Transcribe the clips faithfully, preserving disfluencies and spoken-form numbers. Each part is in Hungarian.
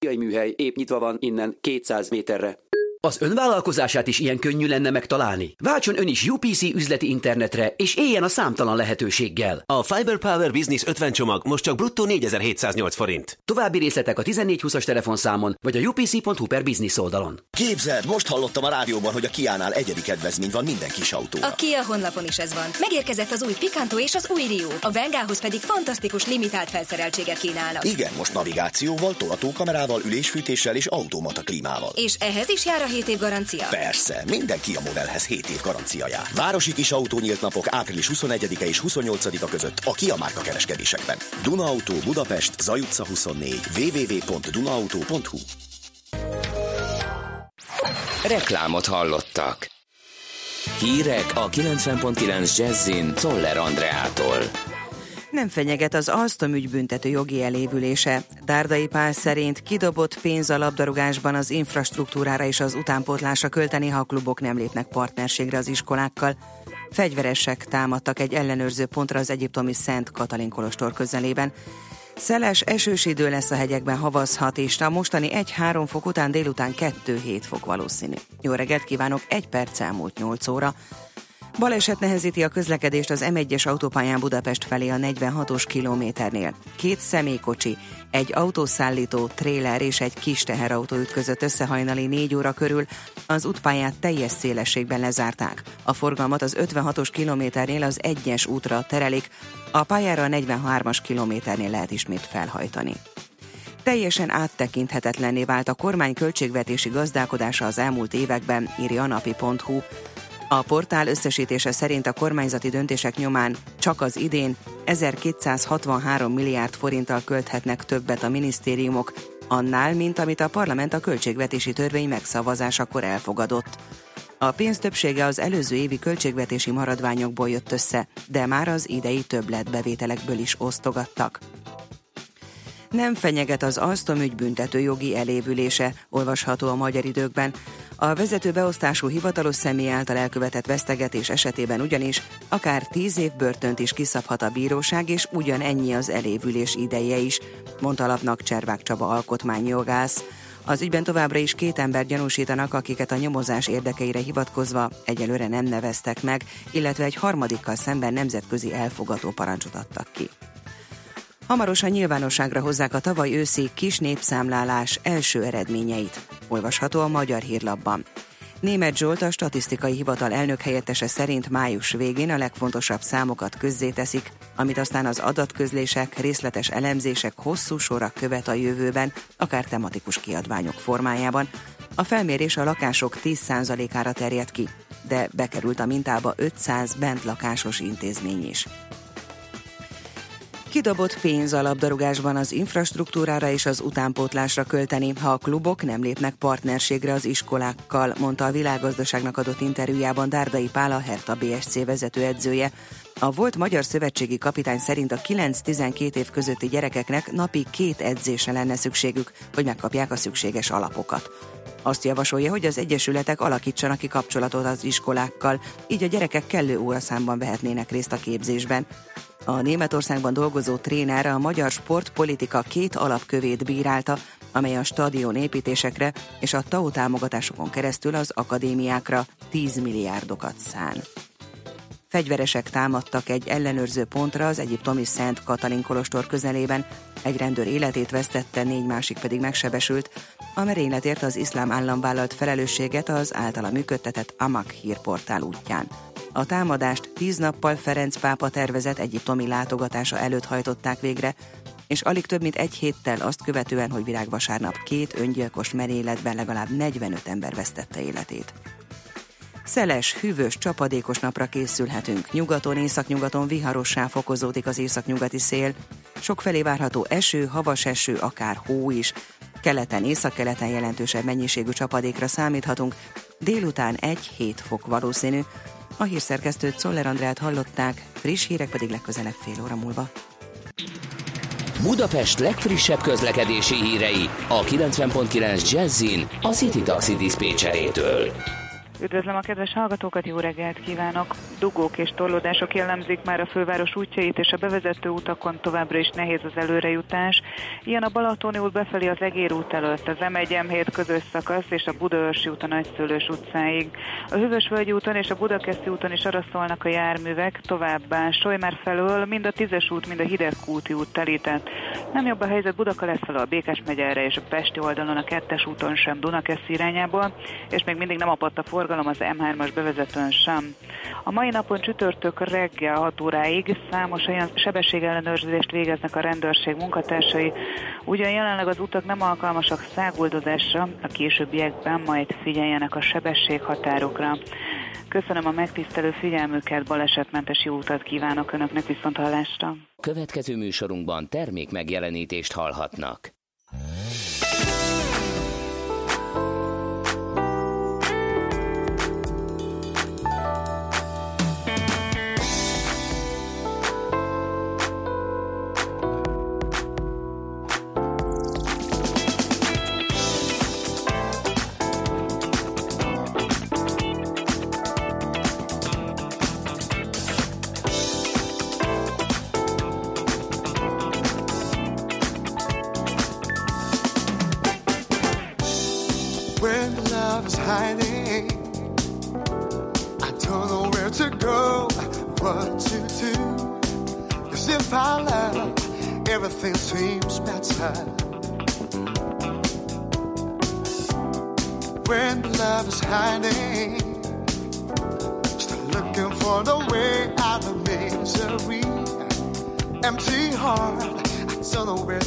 műhely épp nyitva van innen kétszáz méterre. Az önvállalkozását is ilyen könnyű lenne megtalálni? Váltson ön is u pé cé üzleti internetre, és éljen a számtalan lehetőséggel. A Fiber Power Business ötven csomag most csak bruttó négyezer-hétszáznyolc forint. További részletek a tizennégy húszas telefonszámon, vagy a u p c pont hu per business oldalon. Képzeld, most hallottam a rádióban, hogy a Kia-nál egyedi kedvezmény van minden kis autóra. A Kia honlapon is ez van. Megérkezett az új Picanto és az új Rio. A Vengához pedig fantasztikus limitált felszereltséget kínálnak. Igen, most navigációval, tolatókamerával, ülésfűtéssel és automata klímával. És ehhez is jár a hét év garancia? Persze, minden Kia modellhez hét év garancia jár. Városi kis autó nyílt napok április huszonegyedike és huszonnyolcadika között a Kia márka kereskedésekben. Duna Autó Budapest, Zay utca huszonnégy, double-u double-u double-u pont duna autó pont hu. Reklámot hallottak. Hírek a kilencven pont kilenc Jazzin Czoller Andreától. Nem fenyeget az Alstom ügy büntető jogi elévülése. Dárdai Pál szerint kidobott pénz a labdarúgásban az infrastruktúrára és az utánpótlásra költeni, ha a klubok nem lépnek partnerségre az iskolákkal. Fegyveresek támadtak egy ellenőrző pontra az egyiptomi Szent Katalin kolostor közelében. Szeles, esős idő lesz a hegyekben, havazhat, és a mostani egy-három fok után délután kettő-hét fok valószínű. Jó reggelt kívánok, egy perc elmúlt nyolc óra. Baleset nehezíti a közlekedést az em egyes autópályán Budapest felé a negyvenhatos kilométernél. Két személykocsi, egy autószállító, tréler és egy kis teherautó ütközött össze hajnali négy óra körül, az útpályát teljes szélességben lezárták. A forgalmat az ötvenhatos kilométernél az egyes útra terelik, a pályára a negyvenhármas kilométernél lehet ismét felhajtani. Teljesen áttekinthetetlenné vált a kormány költségvetési gazdálkodása az elmúlt években, írja a napi pont hu. A portál összesítése szerint a kormányzati döntések nyomán csak az idén ezerkétszázhatvanhárom milliárd forinttal költhetnek többet a minisztériumok, annál, mint amit a parlament a költségvetési törvény megszavazásakor elfogadott. A pénz többsége az előző évi költségvetési maradványokból jött össze, de már az idei többletbevételekből is osztogattak. Nem fenyeget az Alstom ügy büntető jogi elévülése, olvasható a Magyar Időkben. A vezető beosztású hivatalos személy által elkövetett vesztegetés esetében ugyanis akár tíz év börtönt is kiszabhat a bíróság, és ugyanennyi az elévülés ideje is, mondta lapnak Cservák Csaba alkotmányjogász. Az ügyben továbbra is két ember gyanúsítanak, akiket a nyomozás érdekeire hivatkozva egyelőre nem neveztek meg, illetve egy harmadikkal szemben nemzetközi elfogató parancsot adtak ki. Hamarosan nyilvánosságra hozzák a tavaly őszi kis népszámlálás első eredményeit, olvasható a Magyar Hírlapban. Németh Zsolt, a statisztikai hivatal elnök helyettese szerint május végén a legfontosabb számokat közzéteszik, amit aztán az adatközlések, részletes elemzések hosszú sora követ a jövőben, akár tematikus kiadványok formájában. A felmérés a lakások tíz százalékára terjed ki, de bekerült a mintába ötszáz bentlakásos intézmény is. Kidobott pénz a labdarúgásban az infrastruktúrára és az utánpótlásra költeni, ha a klubok nem lépnek partnerségre az iskolákkal, mondta a Világgazdaságnak adott interjújában Dárdai Pál, a Hertha bé es cé vezetőedzője. A volt magyar szövetségi kapitány szerint a kilenc-tizenkét év közötti gyerekeknek napi két edzésre lenne szükségük, hogy megkapják a szükséges alapokat. Azt javasolja, hogy az egyesületek alakítsanak ki kapcsolatot az iskolákkal, így a gyerekek kellő óraszámban vehetnének részt a képzésben. A Németországban dolgozó tréner a magyar sportpolitika két alapkövét bírálta, amely a stadion építésekre és a té á o támogatásokon keresztül az akadémiákra tíz milliárdokat szán. Fegyveresek támadtak egy ellenőrző pontra az egyiptomi Szent Katalin kolostor közelében, egy rendőr életét vesztette, négy másik pedig megsebesült. A merényletért az iszlám állam vállalt felelősséget az általa működtetett Amak hírportál útján. A támadást tíz nappal Ferenc pápa tervezett egyiptomi látogatása előtt hajtották végre, és alig több mint egy héttel azt követően, hogy virágvasárnap két öngyilkos merényletben legalább negyvenöt ember vesztette életét. Szeles, hűvös, csapadékos napra készülhetünk. Nyugaton, északnyugaton viharossá fokozódik az északnyugati szél. Sokfelé várható eső, havas eső, akár hó is. Keleten, északkeleten jelentősebb mennyiségű csapadékra számíthatunk. Délután egy-hét fok valószínű. A hírszerkesztőt, Czoller Andrát hallották, friss hírek pedig legközelebb fél óra múlva. Budapest legfrissebb közlekedési hírei a kilencven pont kilenc Jazzin a City Taxi diszpécserétől. Üdvözlöm a kedves hallgatókat, jó reggelt kívánok! Dugók és torlódások jellemzik már a főváros útjait, és a bevezető utakon továbbra is nehéz az előrejutás. Ilyen a Balatoni út befelé az Egér út előtt, az em egy em hét közös szakasz és a Budaörsi út a Nagyszőlős utcáig. A Hűvösvölgyi úton és a Budakeszi úton is arra szólnak a járművek, továbbá Solymár felől mind a tízes út, mind a Hidegkúti út telített. Nem jobb a helyzet Budakalesz felől a Békás megyere és a Pesti oldalon a kettes úton sem Dunakeszi irányából, és még mindig nem apadt a forgalom az em hármas bevezetőn sem. A mai napon csütörtök reggel hat óráig számos olyan sebességellenőrzést végeznek a rendőrség munkatársai, ugyan jelenleg az utak nem alkalmasak száguldozásra, a későbbiekben majd figyeljenek a sebességhatárokra. Köszönöm a megtisztelő figyelmüket, balesetmentes jó utat kívánok Önöknek, viszont hallásra. Következő műsorunkban termék megjelenítést hallhatnak. Everything seems better when love is hiding. Still looking for the way out of misery. Empty heart, I don't know where to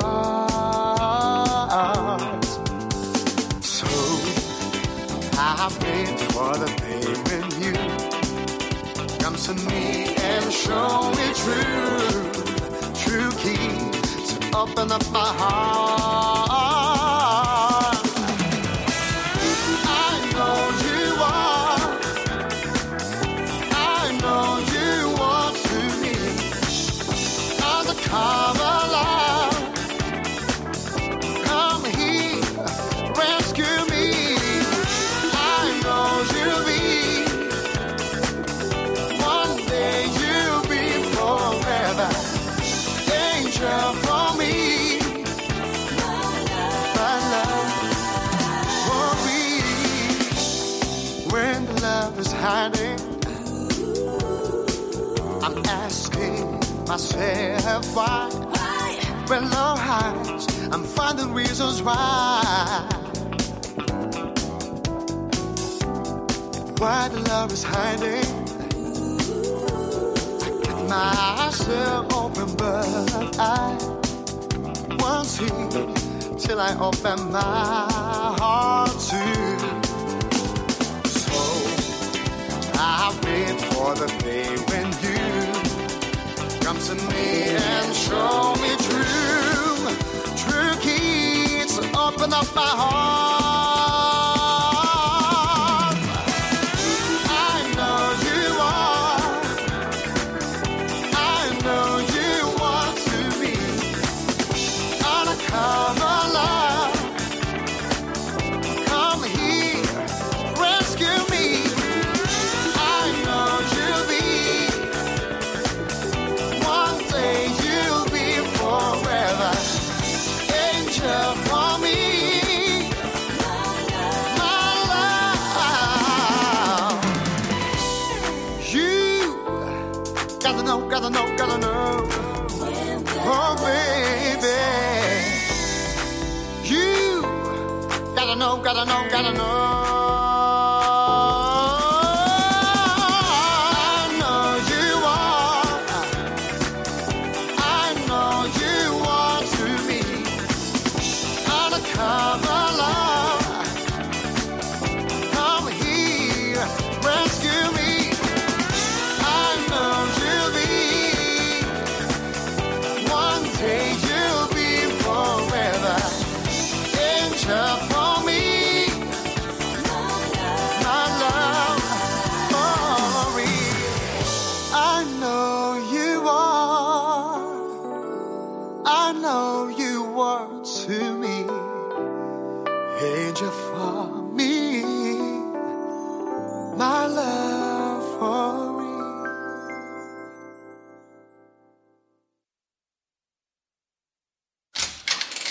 start. So I wait for the day when you come to me and show me true. True key to open up my heart. I know you are. I know you want to me. Undercover love. Come here, rescue me. I know you'll be. One day you'll be forever. For me, my love, for me. When the love is hiding, I'm asking myself why. When love hides, I'm finding reasons why. Why the love is hiding? Myself open, but I won't see till I open my heart too. So I wait for the day when you come to me and show me true, true keys to open up my heart. Come alive, come here, rescue me. I know you'll be, one day you'll be forever. Angel for me, my love. You gotta know, gotta know, gotta know. Oh baby. Gotta know, gotta know, gotta know. I know you are. I know you want to be undercover love. Come here, rescue me. I know you'll be. One day you'll be forever. Angel.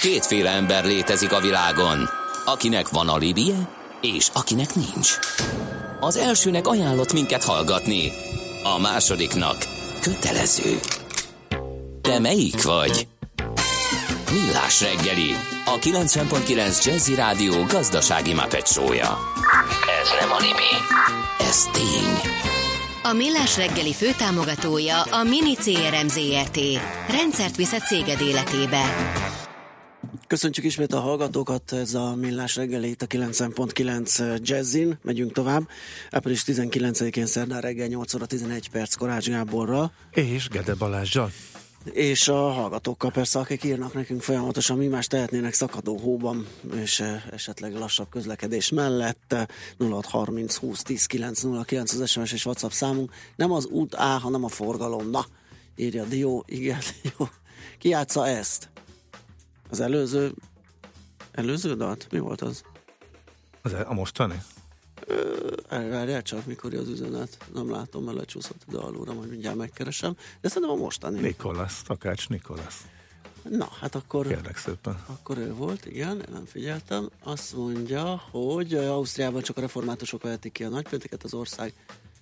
Kétféle ember létezik a világon, akinek van alibije, és akinek nincs. Az elsőnek ajánlott minket hallgatni, a másodiknak kötelező. Te melyik vagy? Millás reggeli, a kilencven pont kilenc Jazzy Rádió gazdasági Muppet show-ja. Ez nem anime, ez tény. A Millás reggeli főtámogatója a Mini cé er em zé er té. Rendszert visz a céged életébe. Köszöntjük ismét a hallgatókat, ez a Millás reggeli itt a kilencven pont kilenc Jazzin. Megyünk tovább. április tizenkilencedikén szerdán reggel nyolc óra tizenegy perc Korács Gáborral. És Gede Balázsral. És a hallgatókkal persze, akik írnak nekünk folyamatosan, mi más tehetnének szakadó hóban, és esetleg lassabb közlekedés mellett. Nulla hat harminc húsz tíz kilenc nulla kilenc az es em es és WhatsApp számunk. Nem az út A, hanem a forgalom. Na, írja Dió, igen, jó. Ki játsza ezt? Az előző előző dalt? Mi volt az? Az a mostani? Várjál csak, mikor az üzenet. Nem látom, mert lecsúszott ide alulra, majd mindjárt megkeresem. De szerintem a mostani. Nikolász, Takács Nikolász. Na, hát akkor... Kérlek szépen. Akkor ő volt, igen, én nem figyeltem. Azt mondja, hogy Ausztriában csak a reformátusok vehetik ki a nagypénteket, az ország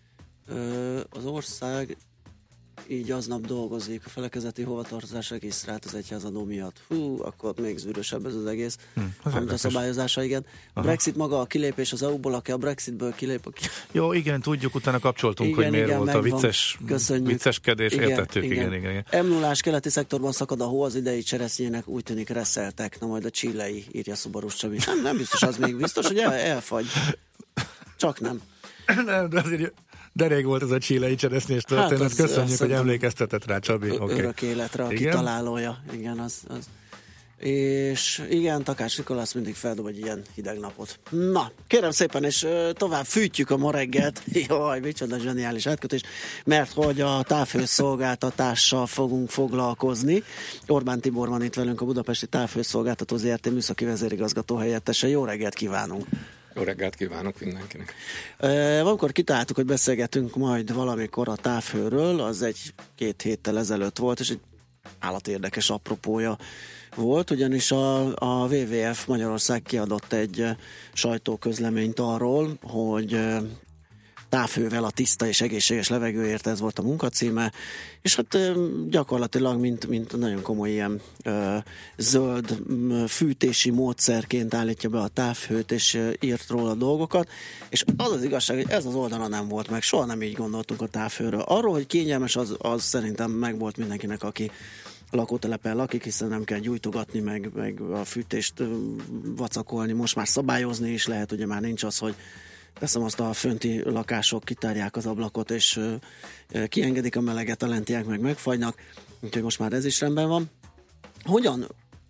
az ország így aznap dolgozik, a felekezeti hovatartozás regisztrált az egyházadó miatt. Hú, akkor még zűrösebb ez az egész. Hm, amit a szabályozása, igen. A Brexit maga a kilépés az é u-ból, aki a Brexitből kilép. Aki... Jó, igen, tudjuk, utána kapcsoltunk, igen, hogy miért igen, volt megvan. A vicces, vicceskedés, igen, értettük, igen, igen, igen. igen. em nullás keleti szektorban szakad a hó, az idei cseresznyének úgy tűnik reszeltek, na majd a chilei, írja Szubarus Csabi. Nem, nem biztos, az még biztos, hogy el, elfagy. Csak nem. Nem, de azért... De rég volt ez a chilei cseresznyés történet. Hát köszönjük, hogy emlékeztetett rá, Csabi. Okay. Örök életre, a kitalálója. Igen, az, az. És igen, Takács Nikolász mindig feldob egy ilyen hideg napot. Na, kérem szépen, és uh, tovább fűtjük a ma reggelt. Jaj, micsoda zseniális átkötés, mert hogy a távhőszolgáltatással fogunk foglalkozni. Orbán Tibor van itt velünk, a Budapesti Távhőszolgáltató zé er té műszaki vezérigazgató helyettese. Jó reggelt kívánunk! Jó reggelt kívánok mindenkinek! Valamikor kitaláltuk, hogy beszélgetünk majd valamikor a távhőről, az egy-két héttel ezelőtt volt, és egy állati érdekes apropója volt, ugyanis a, a dupla vé vé ef Magyarország kiadott egy sajtóközleményt arról, hogy távhővel a tiszta és egészséges levegőért, ez volt a munkacíme, és hát gyakorlatilag mint, mint nagyon komoly ilyen ö, zöld ö, fűtési módszerként állítja be a távhőt, és ö, írt róla dolgokat, és az az igazság, hogy ez az oldala nem volt meg, soha nem így gondoltunk a távhőről. Arról, hogy kényelmes, az, az szerintem meg volt mindenkinek, aki lakótelepen lakik, hiszen nem kell gyújtogatni, meg, meg a fűtést ö, vacakolni, most már szabályozni is lehet, ugye már nincs az, hogy teszem azt, a fönti lakások kitárják az ablakot, és ö, kiengedik a meleget, a lentiek meg megfagynak, úgyhogy most már ez is rendben van. Hogyan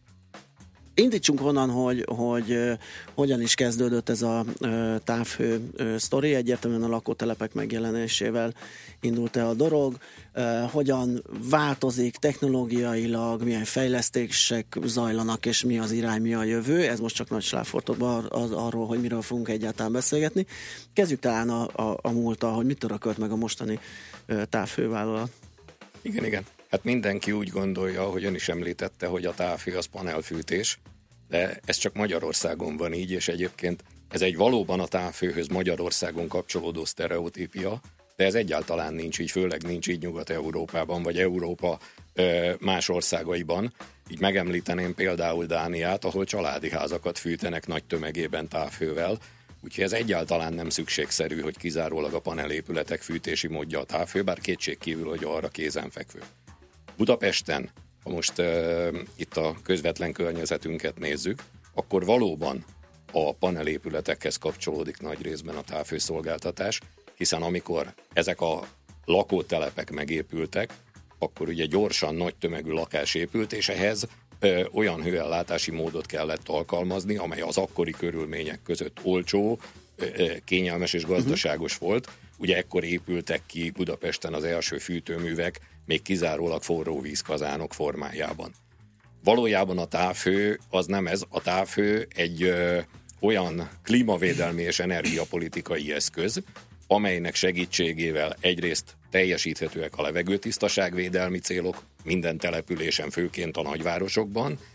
indítsunk onnan, hogy, hogy ö, hogyan is kezdődött ez a ö, távhő ö, sztori, egyértelműen a lakótelepek megjelenésével indult el a dolog, ö, hogyan változik technológiailag, milyen fejlesztések zajlanak, és mi az irány, mi a jövő, ez most csak nagy slágfortokban az, arról, hogy miről fogunk egyáltalán beszélgetni. Kezdjük talán a, a, a múlttal, hogy mit örökölt meg a mostani ö, távhővállalat. Igen, igen. Hát mindenki úgy gondolja, hogy ön is említette, hogy a távhő az panelfűtés, de ez csak Magyarországon van így, és egyébként ez egy valóban a távhőhöz Magyarországon kapcsolódó sztereotípia, de ez egyáltalán nincs így, főleg nincs így Nyugat-Európában, vagy Európa ö, más országaiban. Így megemlíteném például Dániát, ahol családi házakat fűtenek nagy tömegében távhővel, úgyhogy ez egyáltalán nem szükségszerű, hogy kizárólag a panelépületek fűtési módja a távhő, bár kétségkívül, hogy arra kézenfekvő. Budapesten, ha most uh, itt a közvetlen környezetünket nézzük, akkor valóban a panelépületekhez kapcsolódik nagy részben a távhőszolgáltatás, hiszen amikor ezek a lakótelepek megépültek, akkor ugye gyorsan nagy tömegű lakás épült, és ehhez ö, olyan hőellátási módot kellett alkalmazni, amely az akkori körülmények között olcsó, ö, kényelmes és gazdaságos uh-huh. volt. Ugye ekkor épültek ki Budapesten az első fűtőművek, még kizárólag forró vízkazánok formájában. Valójában a távhő az nem ez, a távhő egy ö, olyan klímavédelmi és energiapolitikai eszköz, amelynek segítségével egyrészt teljesíthetőek a levegőtisztaságvédelmi célok minden településen, főként a nagyvárosokban,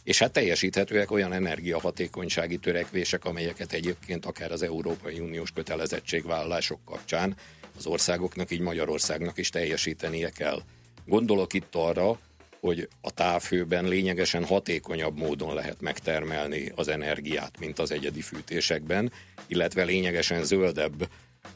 és hát teljesíthetőek olyan energiahatékonysági törekvések, amelyeket egyébként akár az Európai Uniós kötelezettségvállalások kapcsán az országoknak, így Magyarországnak is teljesítenie kell. Gondolok itt arra, hogy a távhőben lényegesen hatékonyabb módon lehet megtermelni az energiát, mint az egyedi fűtésekben, illetve lényegesen zöldebb,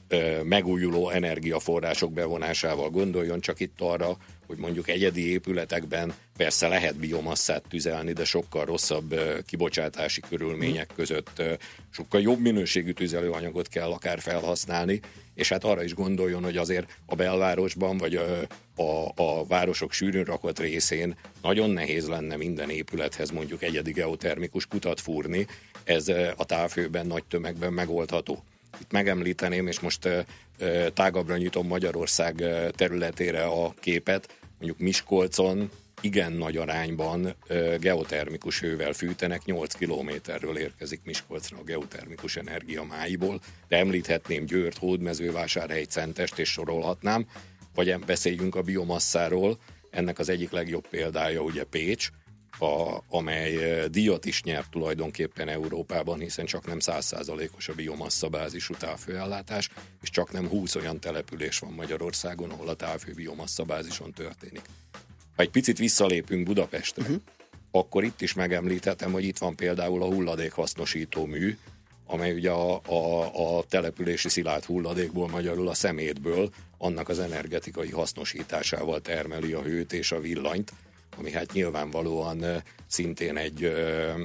megújuló energiaforrások bevonásával. Gondoljon csak itt arra, hogy mondjuk egyedi épületekben persze lehet biomasszát tüzelni, de sokkal rosszabb kibocsátási körülmények között sokkal jobb minőségű tüzelőanyagot kell akár felhasználni, és hát arra is gondoljon, hogy azért a belvárosban, vagy a, a, a városok sűrűn rakott részén nagyon nehéz lenne minden épülethez mondjuk egyedi geotermikus kutat fúrni, ez a távhőben nagy tömegben megoldható. Itt megemlíteném, és most tágabbra nyitom Magyarország területére a képet, mondjuk Miskolcon igen nagy arányban geotermikus hővel fűtenek, nyolc kilométerről érkezik Miskolcra a geotermikus energia máiból, de említhetném Győrt, Hódmezővásárhely, Szentest, és sorolhatnám, vagy beszéljünk a biomasszáról, ennek az egyik legjobb példája ugye Pécs, A, amely díjat is nyert tulajdonképpen Európában, hiszen csak nem száz százalékos a biomassa bázisú távhőellátás, és csak nem húsz olyan település van Magyarországon, ahol a távhő biomassa bázison történik. Ha egy picit visszalépünk Budapestre, uh-huh. akkor itt is megemlítettem, hogy itt van például a hulladékhasznosító mű, amely ugye a, a, a települési szilárd hulladékból, magyarul a szemétből, annak az energetikai hasznosításával termeli a hőt és a villanyt, ami hát nyilvánvalóan szintén egy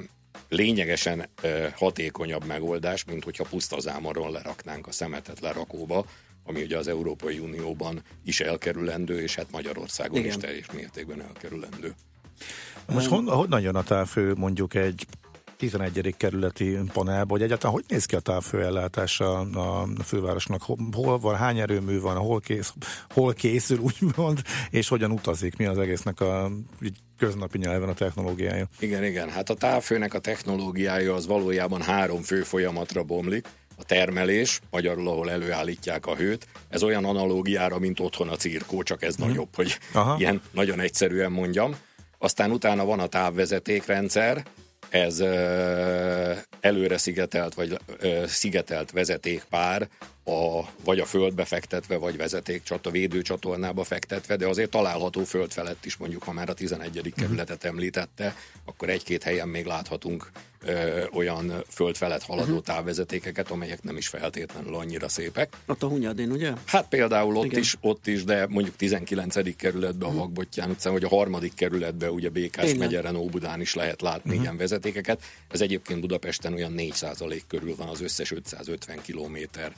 lényegesen hatékonyabb megoldás, mint hogyha puszta zámoron leraknánk a szemetet lerakóba, ami ugye az Európai Unióban is elkerülendő, és hát Magyarországon Igen. is teljes mértékben elkerülendő. Most hon, honnan jön a távhő mondjuk egy tizenegyedik kerületi panelba, hogy egyáltalán hogy néz ki a távhőellátása a fővárosnak? Hol van, hány erőmű van, hol, kész, hol készül, úgymond, és hogyan utazik? Mi az egésznek a köznapi nyelven a technológiája? Igen, igen. Hát a távhőnek a technológiája az valójában három fő folyamatra bomlik. A termelés, magyarul ahol előállítják a hőt, ez olyan analógiára, mint otthon a cirkó, csak ez hmm. nagyobb, hogy Aha. ilyen nagyon egyszerűen mondjam. Aztán utána van a távvezetékrendszer, ez ö, előre szigetelt, vagy ö, szigetelt vezetékpár, a, vagy a földbe fektetve, vagy vezetékcsata, védőcsatornába fektetve, de azért található föld felett is, mondjuk ha már a tizenegyedik kerületet említette, akkor egy-két helyen még láthatunk ö, olyan föld felett haladó uh-huh. távvezetékeket, amelyek nem is feltétlenül annyira szépek. Ott a Hunyadin, ugye? Hát például ott is, ott is, de mondjuk tizenkilencedik kerületben, uh-huh. a Vakbottyán utcán, vagy a harmadik kerületben, ugye Békás megyeren, Óbudán is lehet látni uh-huh. ilyen vezetékeket. Ez egyébként Budapesten olyan négy százalék körül van az összes ötszázötven kilométer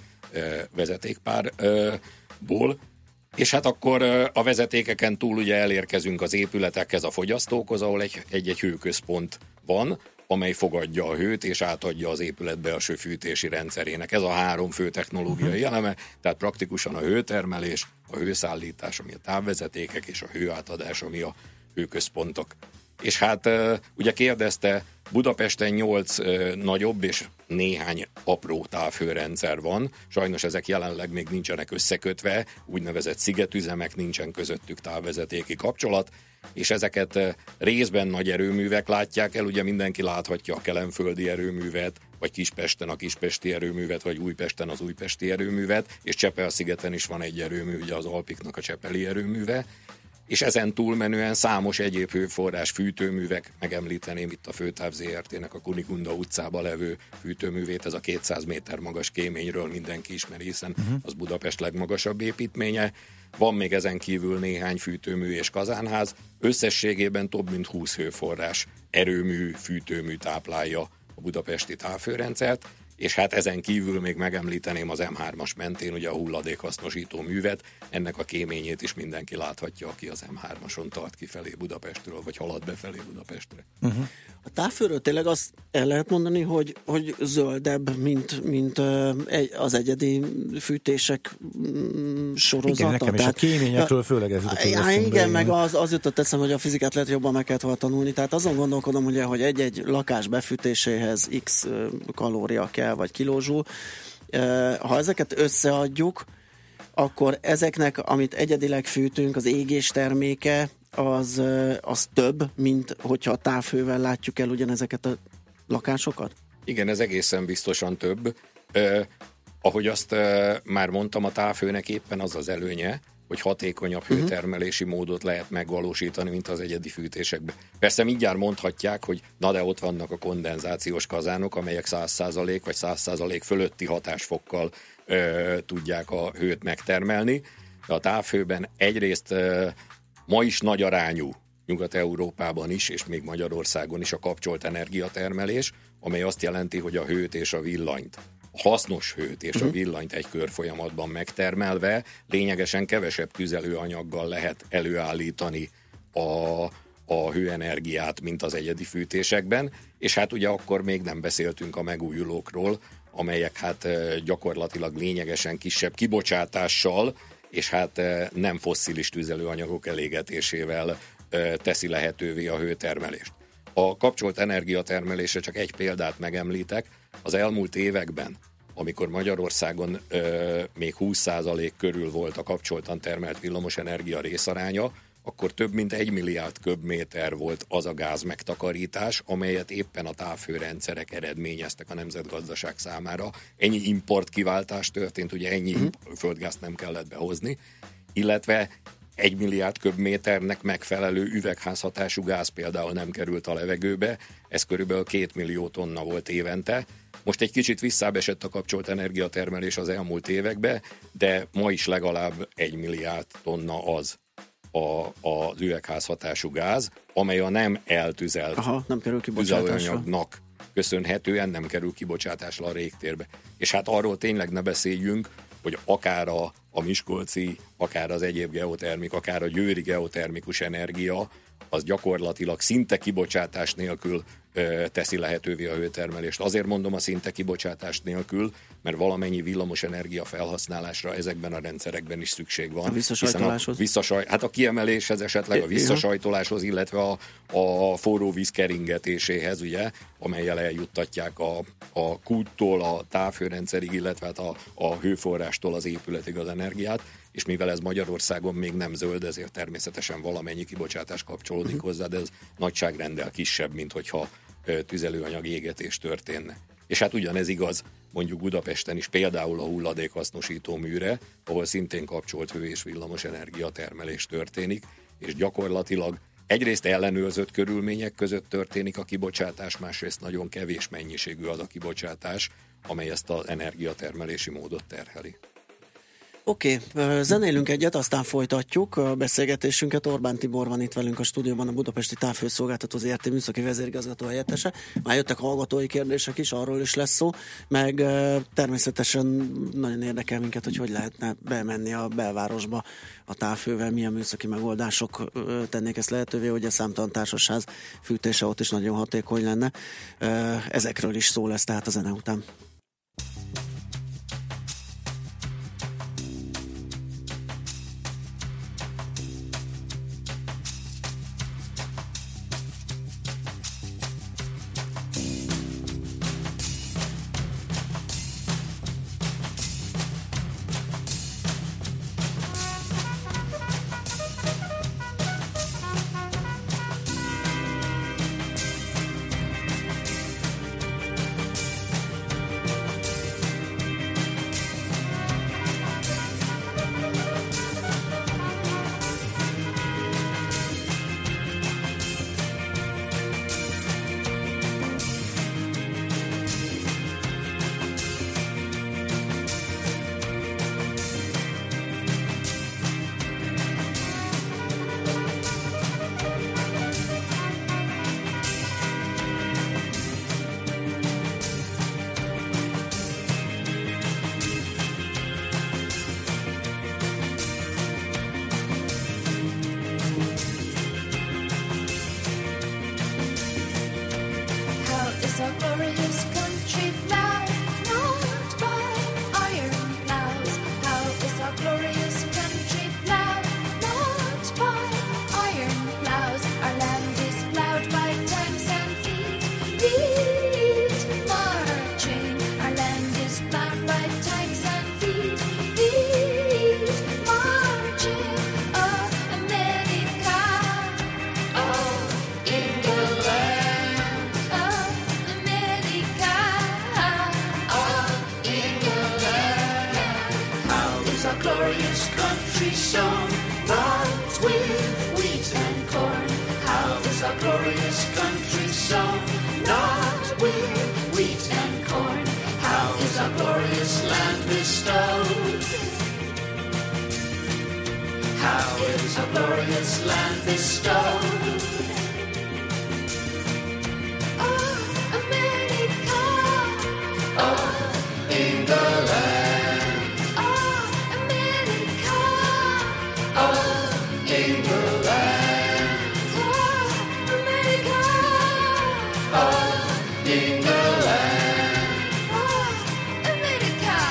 vezetékpárból, és hát akkor a vezetékeken túl ugye elérkezünk az épületekhez, a fogyasztókhoz, ahol egy, egy-egy hőközpont van, amely fogadja a hőt és átadja az épület belső fűtési rendszerének. Ez a három fő technológiai eleme, tehát praktikusan a hőtermelés, a hőszállítás, ami a távvezetékek, és a hőátadás, ami a hőközpontok. És hát ugye kérdezte, Budapesten nyolc nagyobb és néhány apró távhőrendszer van. Sajnos ezek jelenleg még nincsenek összekötve, úgynevezett szigetüzemek, nincsen közöttük távvezetéki kapcsolat, és ezeket részben nagy erőművek látják el, ugye mindenki láthatja a kelenföldi erőművet, vagy Kispesten a kispesti erőművet, vagy Újpesten az újpesti erőművet, és Csepel-szigeten is van egy erőmű, ugye az Alpiknak a csepeli erőműve, és ezen túlmenően számos egyéb hőforrás fűtőművek, megemlíteném itt a Főtáv zé er té-nek a Kunigunda utcában levő fűtőművét, ez a kétszáz méter magas kéményről mindenki ismeri, hiszen uh-huh. az Budapest legmagasabb építménye. Van még ezen kívül néhány fűtőmű és kazánház, összességében több mint húsz hőforrás erőmű, fűtőmű táplálja a budapesti távhőrendszert, és hát ezen kívül még megemlíteném az em hármas mentén ugye a hulladékhasznosító művet, ennek a kéményét is mindenki láthatja, aki az em hármason tart kifelé Budapestről, vagy halad befelé Budapestre. Uh-huh. A távhőről tényleg azt el lehet mondani, hogy, hogy zöldebb, mint, mint uh, egy, az egyedi fűtések mm, sorozata. Igen, nekem is tehát, a kéményekről főleg ez jutott ja, igen, meg az, az jutott eszem, hogy a fizikát lehet jobban meg kellett volna tanulni, tehát azon gondolkodom, ugye, hogy egy-egy lakás befűtéséhez x kalória kell, vagy kilózsúl. Ha ezeket összeadjuk, akkor ezeknek, amit egyedileg fűtünk, az égés terméke, az, az több, mint hogyha a távhővel látjuk el ugyanezeket a lakásokat? Igen, ez egészen biztosan több. Eh, ahogy azt eh, már mondtam, a távhőnek éppen az az előnye, hogy hatékonyabb hőtermelési uh-huh. módot lehet megvalósítani, mint az egyedi fűtésekben. Persze mindjárt mondhatják, hogy na de ott vannak a kondenzációs kazánok, amelyek száz százalék vagy száz százalék fölötti hatásfokkal ö, tudják a hőt megtermelni. De a távhőben egyrészt ö, ma is nagy arányú, Nyugat-Európában is, és még Magyarországon is a kapcsolt energiatermelés, amely azt jelenti, hogy a hőt és a villanyt, hasznos hőt és a villanyt egy körfolyamatban megtermelve lényegesen kevesebb tüzelőanyaggal lehet előállítani a, a hőenergiát, mint az egyedi fűtésekben, és hát ugye akkor még nem beszéltünk a megújulókról, amelyek hát gyakorlatilag lényegesen kisebb kibocsátással, és hát nem fosszilis tüzelőanyagok elégetésével teszi lehetővé a hőtermelést. A kapcsolt energiatermelésre csak egy példát megemlítek. Az elmúlt években, amikor Magyarországon ö, még húsz százalék körül volt a kapcsoltan termelt villamosenergia részaránya, akkor több mint egy milliárd köbméter volt az a gáz megtakarítás, amelyet éppen a távhőrendszerek eredményeztek a nemzetgazdaság számára. Ennyi importkiváltás történt, ugye ennyi mm. földgázt nem kellett behozni, illetve egy milliárd köbméternek megfelelő üvegházhatású gáz például nem került a levegőbe, ez körülbelül két millió tonna volt évente. Most egy kicsit visszábesett a kapcsolt energiatermelés az elmúlt években, de ma is legalább egy milliárd tonna az a, az üvegházhatású gáz, amely a nem eltüzelt Aha, nem kerül tüzelőanyagnak köszönhetően nem kerül kibocsátásra a régtérbe. És hát arról tényleg ne beszéljünk, hogy akár a, a miskolci, akár az egyéb geotermik, akár a győri geotermikus energia, az gyakorlatilag szinte kibocsátás nélkül ö, teszi lehetővé a hőtermelést. Azért mondom a szinte kibocsátás nélkül, mert valamennyi villamosenergia felhasználásra ezekben a rendszerekben is szükség van. A visszasajtoláshoz? A visszasaj, hát a kiemeléshez esetleg, a visszasajtoláshoz, illetve a, a forró víz keringetéséhez, ugye, amellyel eljuttatják a, a kúttól a távhőrendszerig, illetve hát a, a hőforrástól az épületig az energiát, és mivel ez Magyarországon még nem zöld, ezért természetesen valamennyi kibocsátás kapcsolódik uh-huh. hozzá, de ez nagyságrendel kisebb, mint hogyha ö, tüzelőanyag égetés történne. És hát ugyanez igaz mondjuk Budapesten is, például a hulladékhasznosító műre, ahol szintén kapcsolt hő és villamos energiatermelés történik, és gyakorlatilag egyrészt ellenőrzött körülmények között történik a kibocsátás, másrészt nagyon kevés mennyiségű az a kibocsátás, amely ezt az energiatermelési módot terheli. Oké, okay, zenélünk egyet, aztán folytatjuk a beszélgetésünket. Orbán Tibor van itt velünk a stúdióban, a Budapesti Távhőszolgáltató zé er té műszaki vezérigazgató helyettese. Már jöttek hallgatói kérdések is, arról is lesz szó, meg természetesen nagyon érdekel minket, hogy hogy lehetne bemenni a belvárosba a távhővel, milyen műszaki megoldások tennék ezt lehetővé, hogy a számtalan társasház fűtése ott is nagyon hatékony lenne. Ezekről is szó lesz tehát a zene után. country sown, not with wheat and corn. How is our glorious country sown, not with wheat and corn. How is our glorious land bestowed? How is our glorious land bestowed? Oh, America! Oh, England! Oh, America! Oh, England! Oh, America! Oh, England! Oh, America!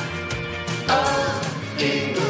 Oh, England!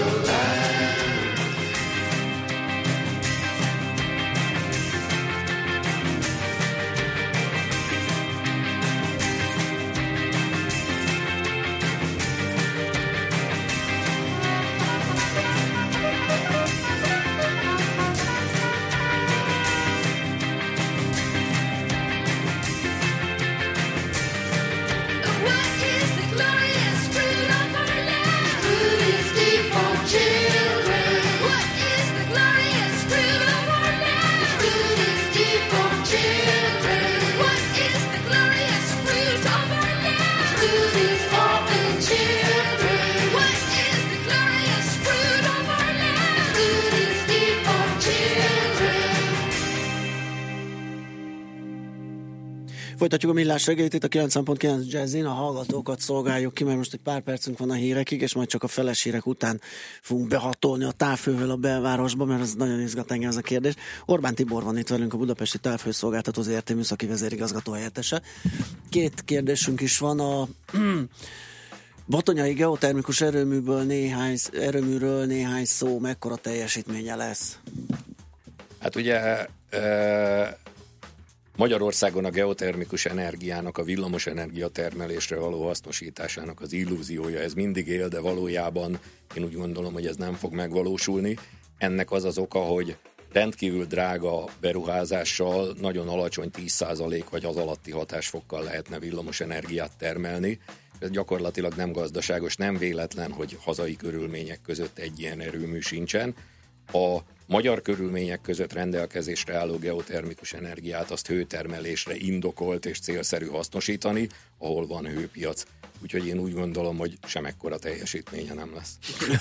Folytatjuk a millás reggelit itt a kilencven pont kilenc Jazzin, a hallgatókat szolgáljuk ki, mert most egy pár percünk van a hírekig, és majd csak a feles hírek után fogunk behatolni a távfővel a belvárosba, mert ez nagyon izgat engem ez a kérdés. Orbán Tibor van itt velünk, a Budapesti Távfőszolgáltató zé er té műszaki vezérigazgató helyettese. Két kérdésünk is van. A batonyai geotermikus erőműből néhány, erőműről néhány szó, mekkora teljesítménye lesz? Hát ugye e- Magyarországon a geotermikus energiának, a villamos energia termelésre való hasznosításának az illúziója, ez mindig él, de valójában én úgy gondolom, hogy ez nem fog megvalósulni. Ennek az az oka, hogy rendkívül drága beruházással nagyon alacsony tíz százalék vagy az alatti hatásfokkal lehetne villamos energiát termelni. Ez gyakorlatilag nem gazdaságos, nem véletlen, hogy hazai körülmények között egy ilyen erőmű sincsen. A magyar körülmények között rendelkezésre álló geotermikus energiát azt hőtermelésre indokolt és célszerű hasznosítani, ahol van hőpiac. Úgyhogy én úgy gondolom, hogy semekkora teljesítménye nem lesz.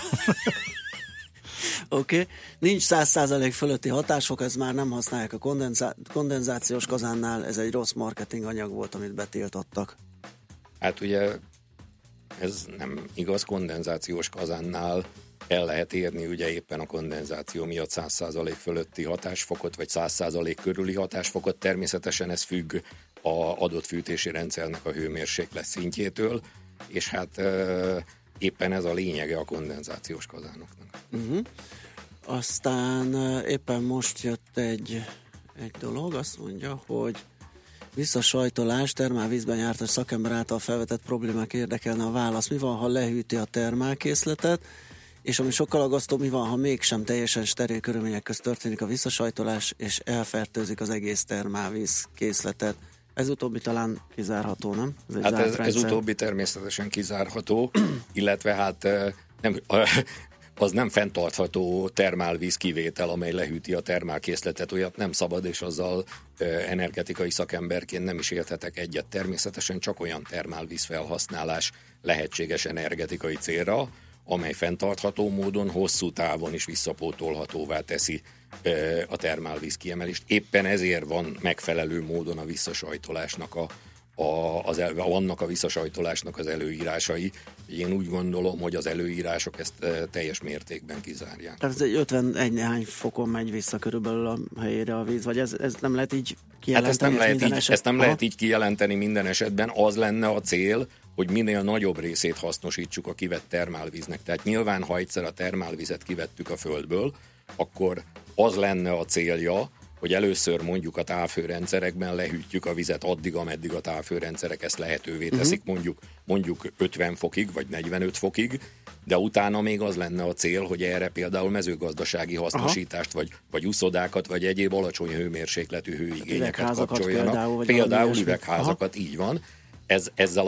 Oké, okay. Nincs száz százalék fölötti hatásfok, ez már nem használják a kondenzá- kondenzációs kazánnál, ez egy rossz marketing anyag volt, amit betiltottak. Hát ugye ez nem igaz, kondenzációs kazánnal el lehet érni ugye éppen a kondenzáció miatt száz százalék fölötti hatásfokot, vagy száz százalék körüli hatásfokot. Természetesen ez függ az adott fűtési rendszernek a hőmérséklet szintjétől, és hát e, éppen ez a lényege a kondenzációs kazánoknak. Uh-huh. Aztán éppen most jött egy, egy dolog, azt mondja, hogy visszasajtolás, termálvízben jártas szakember által felvetett problémák érdekelne a válasz. Mi van, ha lehűti a termálkészletet, és ami sokkal aggasztó, mi van, ha mégsem teljesen steril körülmények közt történik a visszasajtolás, és elfertőzik az egész termálvíz készletet. Ez utóbbi talán kizárható, nem? Ez hát ez, ez utóbbi természetesen kizárható, illetve hát nem, az nem fenntartható termálvíz kivétel, amely lehűti a termálkészletet, olyat nem szabad, és azzal energetikai szakemberként nem is érthetek egyet. Természetesen csak olyan termálvíz felhasználás lehetséges energetikai célra, amely fenntartható módon hosszú távon is visszapótolhatóvá teszi a termálvíz kiemelést. Éppen ezért van megfelelő módon a visszasajtolásnak a, a, az el, vannak a visszasajtolásnak az előírásai. Én úgy gondolom, hogy az előírások ezt teljes mértékben kizárják. Tehát ez egy ötvenegy néhány fokon megy vissza körülbelül a helyére a víz, vagy ez, ez nem lehet így kijelenteni? Hát ezt nem, lehet így, eset... ezt nem lehet így kijelenteni minden esetben. Az lenne a cél, hogy minél nagyobb részét hasznosítsuk a kivett termálvíznek. Tehát nyilván, ha egyszer a termálvizet kivettük a földből, akkor az lenne a célja, hogy először mondjuk a távhőrendszerekben lehűtjük a vizet addig, ameddig a távhőrendszerek ezt lehetővé teszik, uh-huh. mondjuk, mondjuk ötven fokig, vagy negyvenöt fokig, de utána még az lenne a cél, hogy erre például mezőgazdasági hasznosítást, vagy, vagy uszodákat, vagy egyéb alacsony hőmérsékletű hőigényeket kapcsoljanak. Például, például üvegházakat, aha. Így van. Ez, ezzel a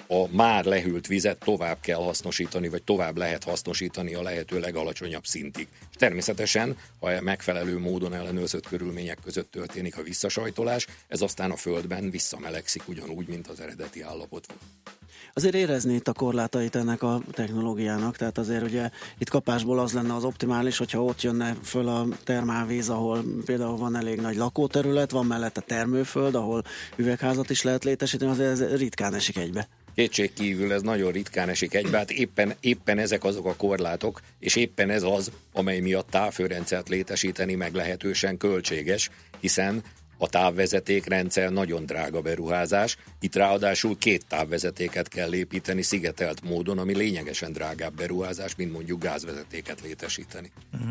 a már lehűlt vizet tovább kell hasznosítani, vagy tovább lehet hasznosítani a lehető legalacsonyabb szintig. És természetesen, ha megfelelő módon ellenőrzött körülmények között történik a visszasajtolás, ez aztán a földben visszamelegszik ugyanúgy, mint az eredeti állapot volt. Azért érezni itt a korlátait ennek a technológiának, tehát azért ugye itt kapásból az lenne az optimális, hogyha ott jönne föl a termálvíz, ahol például van elég nagy lakóterület, van mellette termőföld, ahol üvegházat is lehet létesíteni, azért ez ritkán esik egybe. Kétségkívül ez nagyon ritkán esik egybe, hát éppen, éppen ezek azok a korlátok, és éppen ez az, amely miatt távhőrendszert létesíteni meglehetősen költséges, hiszen a távvezetékrendszer nagyon drága beruházás, itt ráadásul két távvezetéket kell építeni szigetelt módon, ami lényegesen drágább beruházás, mint mondjuk gázvezetéket létesíteni. Uh-huh.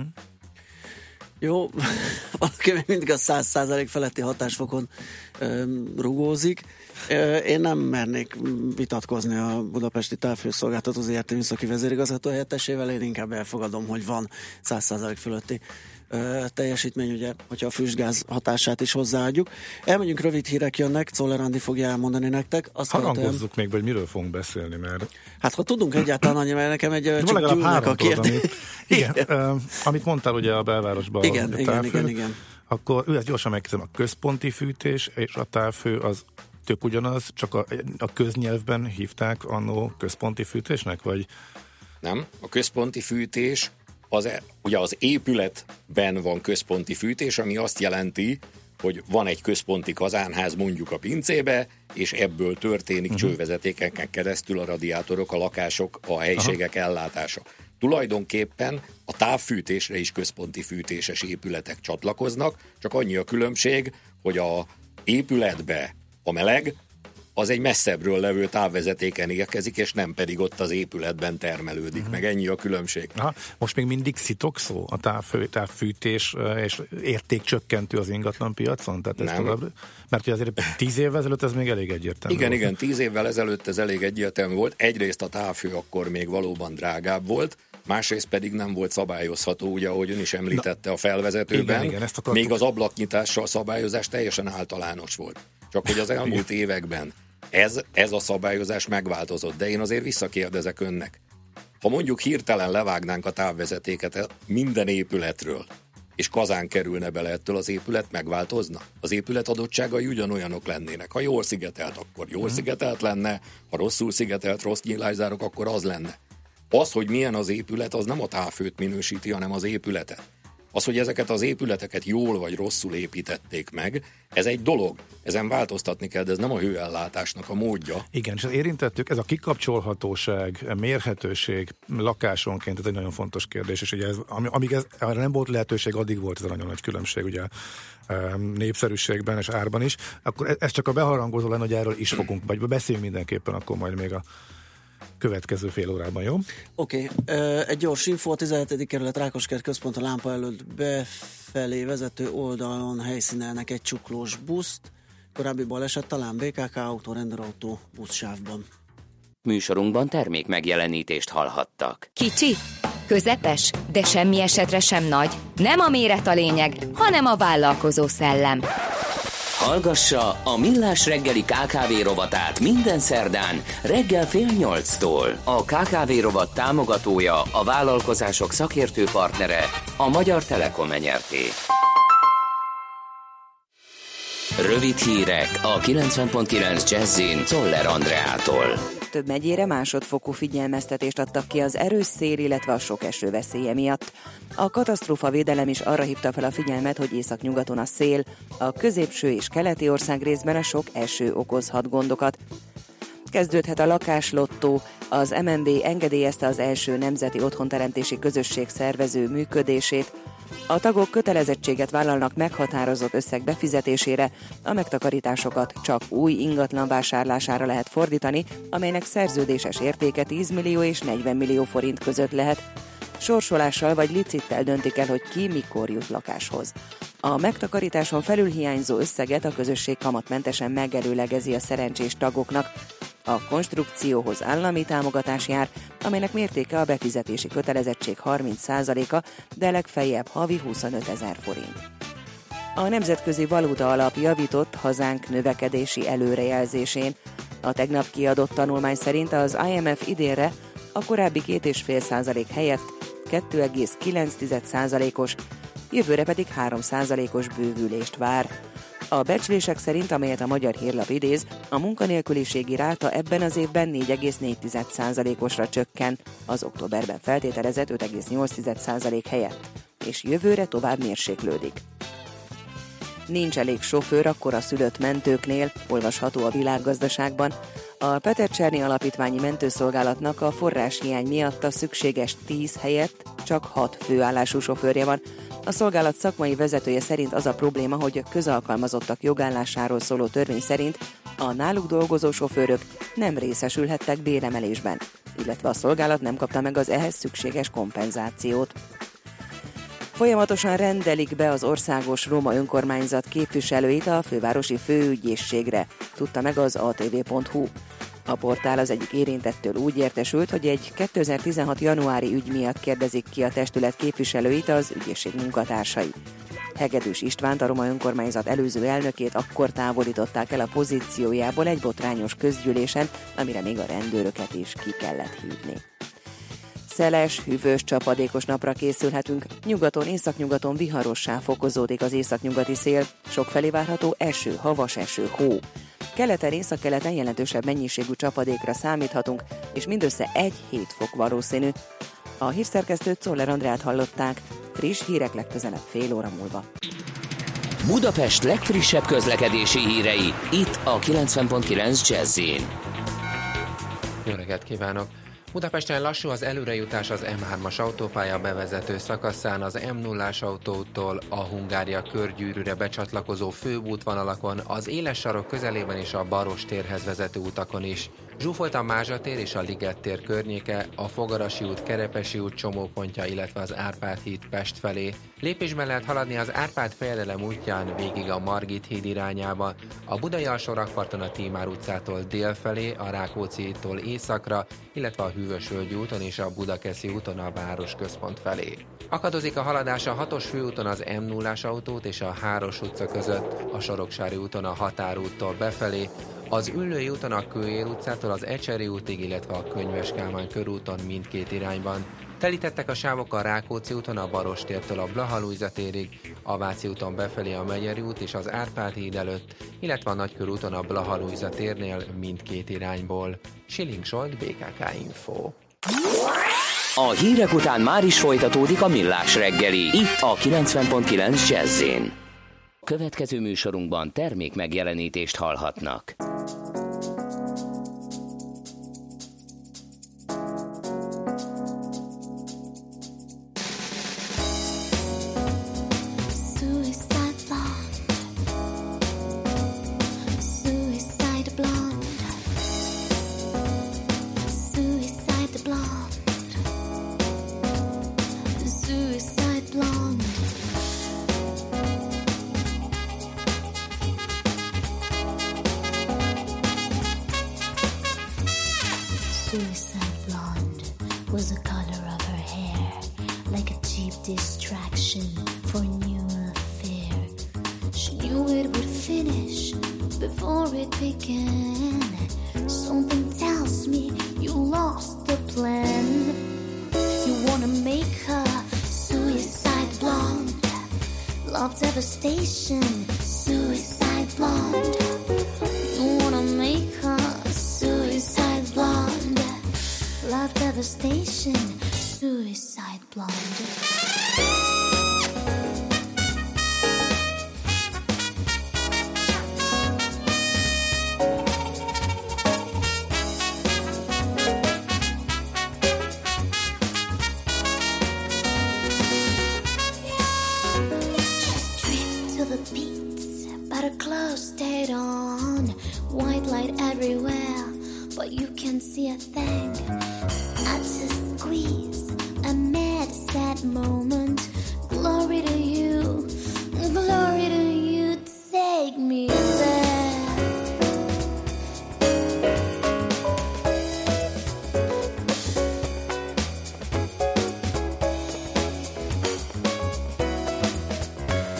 Jó, valaki még mindig a száz százalék feletti hatásfokon öm, rugózik. Ö, én nem mernék vitatkozni a Budapesti Távhőszolgáltató zé er té műszaki vezérigazgató helyettesével, én inkább elfogadom, hogy van száz százalék fölötti ö, teljesítmény, ugye, hogyha a füstgáz hatását is hozzáadjuk. Elmegyünk, rövid hírek jönnek, Czoller Andi fogja elmondani nektek. Azt harangozzuk hát, még, hogy miről fogunk beszélni, mert... Hát ha tudunk egyáltalán annyi, mert nekem egy csak gyűlnek a kérdés. Igen, uh, amit mondtál ugye a belvárosban. Igen, a igen, igen, igen. Akkor ő ezt gyorsan megkérdezem, a központi fűtés és a távhő az tök ugyanaz, csak a, a köznyelvben hívták annó központi fűtésnek, vagy? Nem, a központi fűtés, az, ugye az épületben van központi fűtés, ami azt jelenti, hogy van egy központi kazánház mondjuk a pincébe, és ebből történik uh-huh. csővezetékeken keresztül a radiátorok, a lakások, a helyiségek Aha. ellátása. Tulajdonképpen a távfűtésre is központi fűtéses épületek csatlakoznak, csak annyi a különbség, hogy a épületbe a meleg az egy messzebbről levő távvezetéken érkezik, és nem pedig ott az épületben termelődik, uh-huh. meg ennyi a különbség. Aha. Most még mindig szitokszó a távfő, távfűtés és értékcsökkentő az ingatlan piacon? Tehát ez nem. Tovább, mert azért tíz évvel ezelőtt ez még elég egyértelmű Igen, volt. igen, tíz évvel ezelőtt ez elég egyértelmű volt. Egyrészt a távfő akkor még valóban drágább volt, másrészt pedig nem volt szabályozható, ugye, ahogy ön is említette a felvezetőben. Igen, igen, ezt még az ablaknyitással a szabályozás teljesen általános volt. Csak hogy az elmúlt években ez, ez a szabályozás megváltozott, de én azért visszakérdezek önnek. Ha mondjuk hirtelen levágnánk a távvezetéket minden épületről, és kazán kerülne bele ettől, az épület megváltozna? Az épület adottságai ugyanolyanok lennének. Ha jól szigetelt, akkor jól hmm. szigetelt lenne, ha rosszul szigetelt, rossz nyílászárok, akkor az lenne. Az, hogy milyen az épület, az nem a távfőt minősíti, hanem az épületet. Az, hogy ezeket az épületeket jól vagy rosszul építették meg, ez egy dolog. Ezen változtatni kell, de ez nem a hőellátásnak a módja. Igen, és érintettük, ez a kikapcsolhatóság, mérhetőség lakásonként, ez egy nagyon fontos kérdés, és ugye ez, amíg ez, arra nem volt lehetőség, addig volt ez a nagyon nagy különbség, ugye népszerűségben és árban is. Akkor ez csak a beharangozó lenne, hogy erről is fogunk, vagy beszéljünk mindenképpen akkor majd még a következő fél órában, jó? Oké, okay. Egy gyors info, a tizenhetedik kerület Rákoskert központ a lámpa előtt befelé vezető oldalon helyszínelnek egy csuklós buszt. Korábbi baleset talán bé ká ká autó, rendőrautó buszsávban. Műsorunkban termék megjelenítést hallhattak. Kicsi, közepes, de semmi esetre sem nagy. Nem a méret a lényeg, hanem a vállalkozó szellem. Hallgassa a Millás reggeli ká ká vé rovatát minden szerdán reggel fél nyolctól. A ká ká vé rovat támogatója, a vállalkozások szakértő partnere, a Magyar Telekom Enyerté. Rövid hírek a kilencven pont kilenc Jazzin Czoller Andreától. Több megyére másodfokú figyelmeztetést adtak ki az erős szél, illetve a sok eső veszélye miatt. A katasztrófavédelem is arra hívta fel a figyelmet, hogy északnyugaton a szél, a középső és keleti ország részben a sok eső okozhat gondokat. Kezdődhet a lakáslottó, az em en bé engedélyezte az első nemzeti otthonteremtési közösség szervező működését. A tagok kötelezettséget vállalnak meghatározott összeg befizetésére, a megtakarításokat csak új ingatlan vásárlására lehet fordítani, amelynek szerződéses értéke tíz millió és negyven millió forint között lehet. Sorsolással vagy licittel döntik el, hogy ki mikor jut lakáshoz. A megtakarításon felül hiányzó összeget a közösség kamatmentesen megelőlegezi a szerencsés tagoknak. A konstrukcióhoz állami támogatás jár, amelynek mértéke a befizetési kötelezettség harminc százaléka, de legfeljebb havi huszonöt ezer forint. A Nemzetközi Valuta Alap javított hazánk növekedési előrejelzésén. A tegnap kiadott tanulmány szerint az I M F idénre a korábbi két egész öt százalék helyett kettő egész kilenc százalékos, jövőre pedig három százalékos bővülést vár. A becslések szerint, amelyet a Magyar Hírlap idéz, a munkanélküliségi ráta ebben az évben négy egész négy százalékosra csökken, az októberben feltételezett öt egész nyolc százalék helyett, és jövőre tovább mérséklődik. Nincs elég sofőr a koraszülött mentőknél, olvasható a Világgazdaságban. A Peter Czerny Alapítványi Mentőszolgálatnak a forráshiány miatt a szükséges tíz helyett csak hat főállású sofőrje van. A szolgálat szakmai vezetője szerint az a probléma, hogy a közalkalmazottak jogállásáról szóló törvény szerint a náluk dolgozó sofőrök nem részesülhettek béremelésben, illetve a szolgálat nem kapta meg az ehhez szükséges kompenzációt. Folyamatosan rendelik be az országos roma önkormányzat képviselőit a fővárosi főügyészségre, tudta meg az á té vé pont hú. A portál az egyik érintettől úgy értesült, hogy egy kétezer-tizenhat januári ügy miatt kérdezik ki a testület képviselőit az ügyészség munkatársai. Hegedűs Istvánt, a roma önkormányzat előző elnökét akkor távolították el a pozíciójából egy botrányos közgyűlésen, amire még a rendőröket is ki kellett hívni. Szeles, hűvös, csapadékos napra készülhetünk. Nyugaton, északnyugaton viharossá fokozódik az északnyugati szél, sokfelé várható eső, havas eső, hó. Keleten, északkeleten jelentősebb mennyiségű csapadékra számíthatunk, és mindössze egy-hét fok valószínű. A hírszerkesztőt, Czoller Andrát hallották, friss hírek legközelebb fél óra múlva. Budapest legfrissebb közlekedési hírei, itt a kilencven pont kilenc Jazz-in. Jó reggelt kívánok! Budapesten lassú az előrejutás az M hármas autópálya bevezető szakaszán, az M nullás autótól a Hungária körgyűrűre becsatlakozó főútvonalakon, az Éles sarok közelében és a Baros térhez vezető utakon is. Zsúfolt a Mázsa tér és a Liget tér környéke, a Fogarasi út, Kerepesi út csomópontja, illetve az Árpád híd Pest felé. Lépésben lehet haladni az Árpád fejedelem útján végig a Margit híd irányába, a Budai alsórakparton a Tímár utcától dél felé, a Rákóczi-tól északra, illetve a Hűvösvölgyi úton és a Budakeszi úton a városközpont felé. Akadozik a haladás a hatos főúton az M nullás autót és a Háros utca között, a Soroksári úton a Határúttól befelé, az Üllői úton a Kőér utcától az Ecseri útig, illetve a Könyves Kálmán körúton mindkét irányban. Telítettek a sávok a Rákóczi úton a Barostértől a Blaha Lujza térig, a Váci úton befelé a Megyeri út és az Árpád híd előtt, illetve a Nagykörúton a Blaha Lujza térnél mindkét irányból. Schilling Zsolt, bé ká ká Info. A hírek után már is folytatódik a Millás reggeli, itt a kilencven pont kilenc Jazz-in. Következő műsorunkban termék megjelenítést hallhatnak.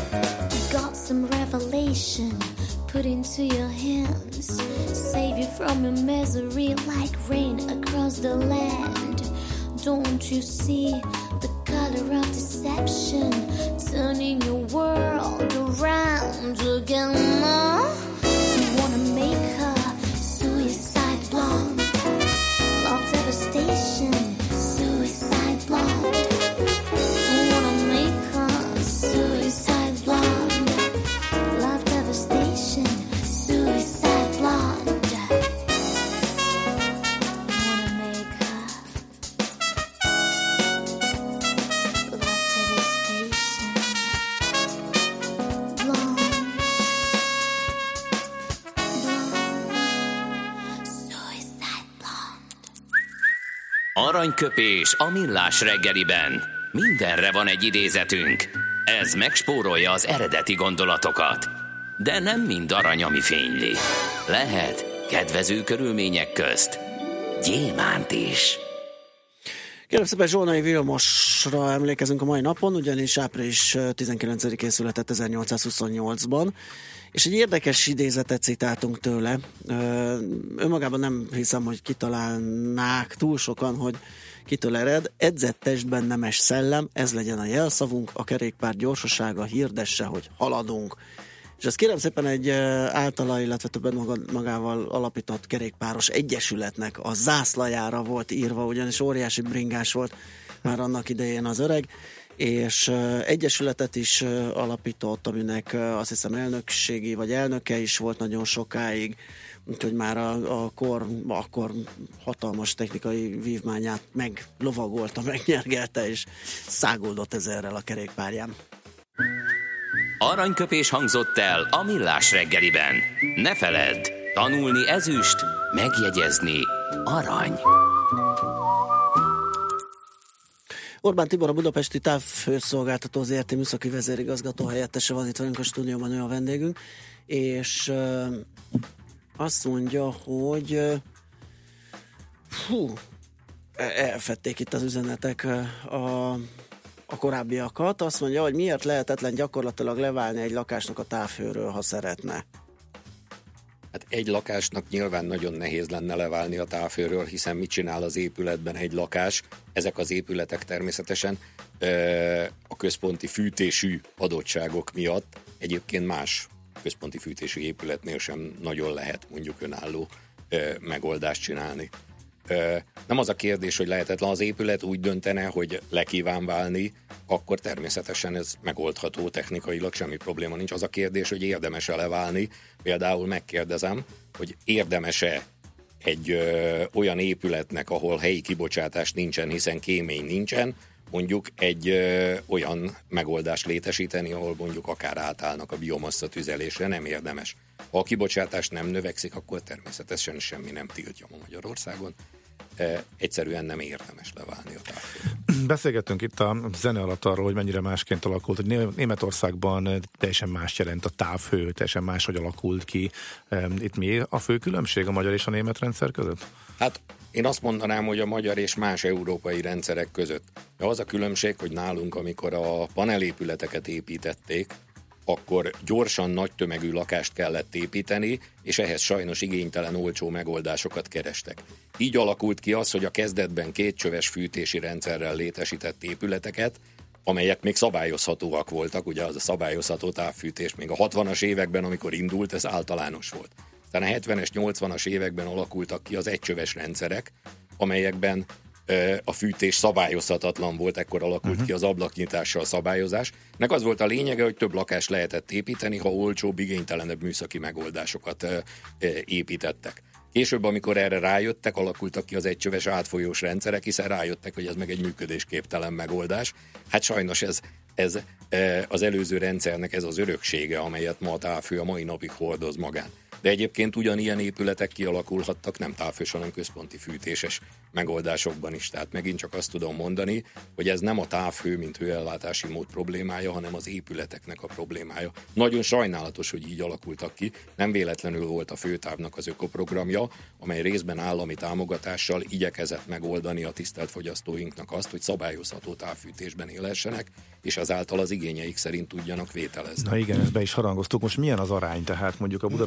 Put into your hands, save you from from your misery like rain across the land. Don't you see the color of deception turning your world around again? You wanna make her suicide blonde, love devastation, suicide blonde. You wanna make her suicide blonde, love devastation, suicide blonde. Aranyköpés a millás reggeliben. Mindenre van egy idézetünk. Ez megspórolja az eredeti gondolatokat. De nem mind arany, ami fényli. Lehet kedvező körülmények közt gyémánt is. Kérem szépen, Zsolnai Vilmosra emlékezünk a mai napon, ugyanis április tizenkilencedikén született ezernyolcszázhuszonnyolcban, és egy érdekes idézetet citáltunk tőle. Önmagában nem hiszem, hogy kitalálnák túl sokan, hogy kitől ered. Edzett testben nemes szellem, ez legyen a jelszavunk, a kerékpár gyorsasága hirdesse, hogy haladunk. És ezt kérem szépen egy általa, illetve többet magával alapított kerékpáros egyesületnek a zászlajára volt írva, ugyanis óriási bringás volt már annak idején az öreg, és egyesületet is alapított, aminek azt hiszem elnökségi vagy elnöke is volt nagyon sokáig, úgyhogy már a, a kor, akkor hatalmas technikai vívmányát meglovagolta, megnyergelte, és száguldott ezerrel a kerékpárján. Aranyköpés hangzott el a millás reggeliben. Ne feledd, tanulni ezüst, megjegyezni arany. Orbán Tibor, a Budapesti Távhőszolgáltató zé er té műszaki vezérigazgató helyettese van itt velünk a stúdióban, ő a vendégünk, és uh, azt mondja, hogy uh, hú, elfedték itt az üzenetek uh, a, a korábbiakat. Azt mondja, hogy miért lehetetlen gyakorlatilag leválni egy lakásnak a távhőről, ha szeretne. Hát egy lakásnak nyilván nagyon nehéz lenne leválni a távhőről, hiszen mit csinál az épületben egy lakás? Ezek az épületek természetesen ö, a központi fűtésű adottságok miatt egyébként más központi fűtésű épületnél sem nagyon lehet mondjuk önálló ö, megoldást csinálni. Ö, nem az a kérdés, hogy lehetetlen, az épület úgy döntene, hogy le kíván válni, akkor természetesen ez megoldható technikailag, semmi probléma nincs. Az a kérdés, hogy érdemes-e leválni. Például megkérdezem, hogy érdemes-e egy ö, olyan épületnek, ahol helyi kibocsátás nincsen, hiszen kémény nincsen, mondjuk egy ö, olyan megoldást létesíteni, ahol mondjuk akár átállnak a biomassa tüzelésre, nem érdemes. Ha a kibocsátás nem növekszik, akkor természetesen semmi nem tiltja ma Magyarországon. E, egyszerűen nem érdemes leválni a távhőről. Beszélgettünk itt a zene alatt arról, hogy mennyire másként alakult, hogy Németországban teljesen más jelent a távhő, teljesen máshogy alakult ki. Itt mi a fő különbség a magyar és a német rendszer között? Hát én azt mondanám, hogy a magyar és más európai rendszerek között. De az a különbség, hogy nálunk, amikor a panelépületeket építették, akkor gyorsan nagy tömegű lakást kellett építeni, és ehhez sajnos igénytelen olcsó megoldásokat kerestek. Így alakult ki az, hogy a kezdetben kétcsöves fűtési rendszerrel létesített épületeket, amelyek még szabályozhatóak voltak, ugye az a szabályozható távfűtés még a hatvanas években, amikor indult, ez általános volt. Aztán a hetvenes, nyolcvanas években alakultak ki az egycsöves rendszerek, amelyekben a fűtés szabályozhatatlan volt, ekkor alakult uh-huh. ki az ablaknyitással a szabályozás. Nek az volt a lényege, hogy több lakást lehetett építeni, ha olcsóbb, igénytelenebb műszaki megoldásokat építettek. Később, amikor erre rájöttek, alakultak ki az egycsöves átfolyós rendszerek, hiszen rájöttek, hogy ez meg egy működésképtelen megoldás. Hát sajnos ez, ez az előző rendszernek ez az öröksége, amelyet ma a távhő a mai napig hordoz magán. De egyébként ugyanilyen épületek kialakulhattak nem távhős, hanem központi fűtéses megoldásokban is. Tehát megint csak azt tudom mondani, hogy ez nem a távhő, mint hőellátási mód problémája, hanem az épületeknek a problémája. Nagyon sajnálatos, hogy így alakultak ki. Nem véletlenül volt a főtávnak az ökoprogramja, amely részben állami támogatással igyekezett megoldani a tisztelt fogyasztóinknak azt, hogy szabályozható távfűtésben élhessenek, és ezáltal az igényeik szerint tudjanak vételezni. Na igen, ezt be is harangoztuk. Most milyen az arány? Tehát mondjuk a budapesti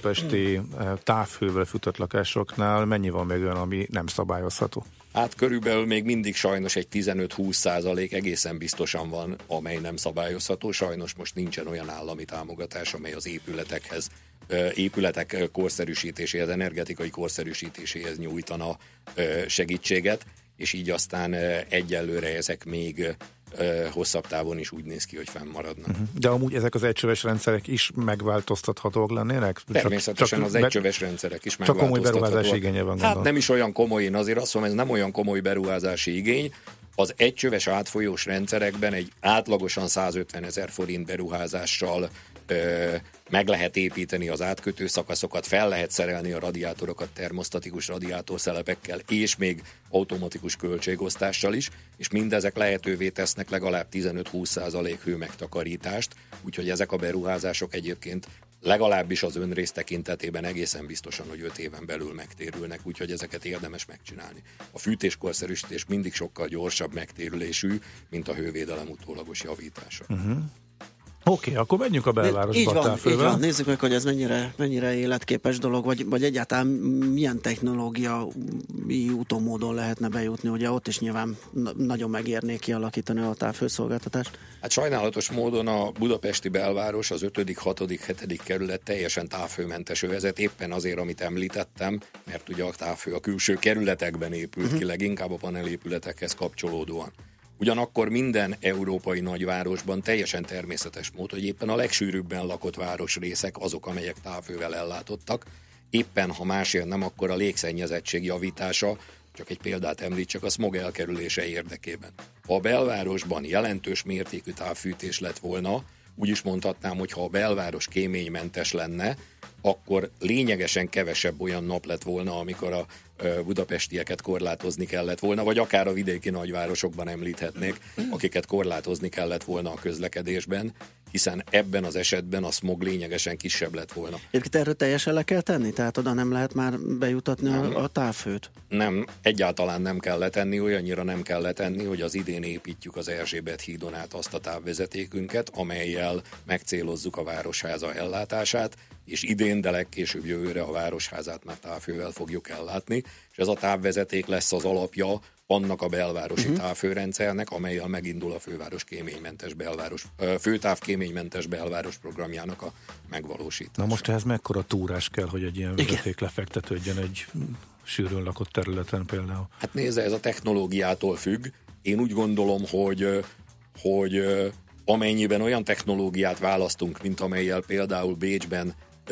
európai távhővel fűtött lakásoknál mennyi van még olyan, ami nem szabályozható? Hát körülbelül még mindig sajnos egy tizenöt-húsz százalék egészen biztosan van, amely nem szabályozható. Sajnos most nincsen olyan állami támogatás, amely az épületekhez, épületek korszerűsítéséhez, energetikai korszerűsítéséhez nyújtana segítséget, és így aztán egyelőre ezek még hosszabb távon is úgy néz ki, hogy fennmaradnak. Uh-huh. De amúgy ezek az egycsöves rendszerek is megváltoztathatók lennének? Természetesen csak, csak az egycsöves rendszerek is csak megváltoztathatóak. Csak komoly beruházási igénye van, gondolom. Hát nem is olyan komoly, én azért azt mondom, ez nem olyan komoly beruházási igény. Az egycsöves átfolyós rendszerekben egy átlagosan százötven ezer forint beruházással ö, meg lehet építeni az átkötő szakaszokat, fel lehet szerelni a radiátorokat termosztatikus radiátorszelepekkel, és még automatikus költségosztással is, és mindezek lehetővé tesznek legalább tizenöt-húsz százalék hőmegtakarítást, úgyhogy ezek a beruházások egyébként legalábbis az önrész tekintetében egészen biztosan, hogy öt éven belül megtérülnek, úgyhogy ezeket érdemes megcsinálni. A fűtéskorszerűsítés mindig sokkal gyorsabb megtérülésű, mint a hővédelem utólagos javítása. Uh-huh. Oké, okay, akkor menjünk a belvárosba. Így van, így van. Nézzük meg, hogy ez mennyire, mennyire életképes dolog, vagy, vagy egyáltalán milyen technológiai úton módon lehetne bejutni. Ugye ott is nyilván nagyon megérné kialakítani a távhőszolgáltatást. Hát sajnálatos módon a budapesti belváros, az ötödik, hatodik, hetedik kerület teljesen távhőmentes övezet, éppen azért, amit említettem, mert ugye a távhő a külső kerületekben épült uh-huh. ki, leginkább a panelépületekhez kapcsolódóan. Ugyanakkor minden európai nagyvárosban teljesen természetes mód, hogy éppen a legsűrűbben lakott városrészek azok, amelyek távhővel ellátottak. Éppen, ha másért nem, akkor a légszennyezettség javítása, csak egy példát említsek, a smog elkerülése érdekében. Ha a belvárosban jelentős mértékű távfűtés lett volna, úgy is mondhatnám, hogy ha a belváros kéménymentes lenne, akkor lényegesen kevesebb olyan nap lett volna, amikor a budapestieket korlátozni kellett volna, vagy akár a vidéki nagyvárosokban említhetnék, akiket korlátozni kellett volna a közlekedésben, hiszen ebben az esetben a smog lényegesen kisebb lett volna. Egyébként erről teljesen le kell tenni? Tehát oda nem lehet már bejutatni a, a távhőt? Nem, egyáltalán nem kell letenni, olyannyira nem kell letenni, hogy az idén építjük az Erzsébet hídon át azt a távvezetékünket, amellyel megcélozzuk a városháza ellátását, és idén, de legkésőbb jövőre a városházát már távhővel fogjuk ellátni, és ez a távvezeték lesz az alapja annak a belvárosi uh-huh. távhőrendszernek, amellyel megindul a főváros kéménymentes belváros, főtáv kéménymentes belváros programjának a megvalósítása. Na most ehhez mekkora túrás kell, hogy egy ilyen vezeték lefektetődjön egy sűrűn lakott területen például? Hát nézze, ez a technológiától függ. Én úgy gondolom, hogy, hogy amennyiben olyan technológiát választunk, mint amellyel például Bécsben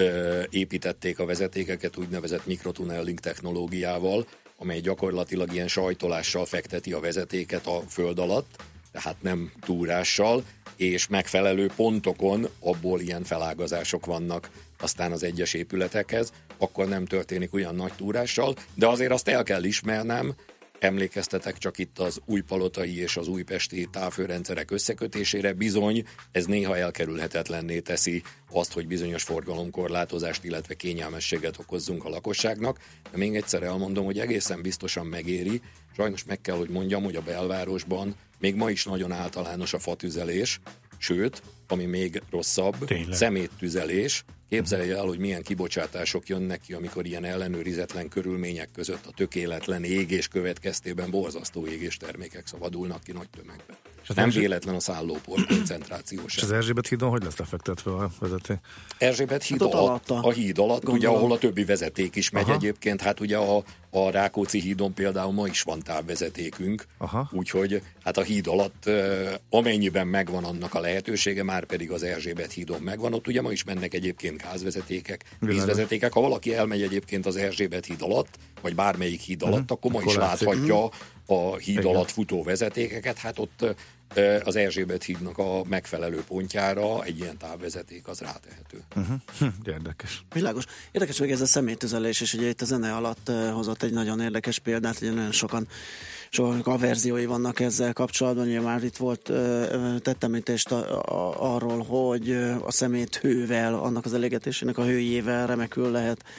építették a vezetékeket úgynevezett mikrotunneling technológiával, amely gyakorlatilag ilyen sajtolással fekteti a vezetéket a föld alatt, tehát nem túrással, és megfelelő pontokon abból ilyen felágazások vannak aztán az egyes épületekhez, akkor nem történik olyan nagy túrással, de azért azt el kell ismernem, emlékeztetek csak itt az újpalotai és az újpesti távhőrendszerek összekötésére, bizony ez néha elkerülhetetlenné teszi azt, hogy bizonyos forgalomkorlátozást, illetve kényelmességet okozzunk a lakosságnak, de még egyszer elmondom, hogy egészen biztosan megéri. Sajnos meg kell, hogy mondjam, hogy a belvárosban még ma is nagyon általános a fatüzelés, sőt, ami még rosszabb, Tényleg. szeméttüzelés. Képzelje el, hogy milyen kibocsátások jönnek ki, amikor ilyen ellenőrizetlen körülmények között a tökéletlen égés következtében borzasztó égés termékek szabadulnak ki nagy tömegben. Nem Erzsé... véletlen a szállópor koncentrációs. És az Erzsébet hídon hogy lesz lefektetve a vezeték? Erzsébet híd hát alatt, a híd alatt, gondolom. Ugye ahol a többi vezeték is megy Aha. egyébként, hát ugye a, a Rákóczi hídon például ma is van távvezetékünk, úgyhogy hát a híd alatt amennyiben megvan annak a lehetősége, már pedig az Erzsébet hídon megvan, ott ugye ma is mennek egyébként gázvezetékek, vízvezetékek. Ha valaki elmegy egyébként az Erzsébet híd alatt, vagy bármelyik híd alatt, uh-huh. akkor ma is láthatja a híd Igen. alatt futó vezetékeket, hát ott az Erzsébet hídnak a megfelelő pontjára egy ilyen távvezeték az rátehető. Uh-huh. Érdekes. Világos. Érdekes még ez a személytüzelés, és ugye itt a zene alatt hozott egy nagyon érdekes példát, hogy nagyon sokan sok averziói vannak ezzel kapcsolatban. Ugye már itt volt tett említést arról, hogy a szemét hővel, annak az elégetésének a hőjével remekül lehet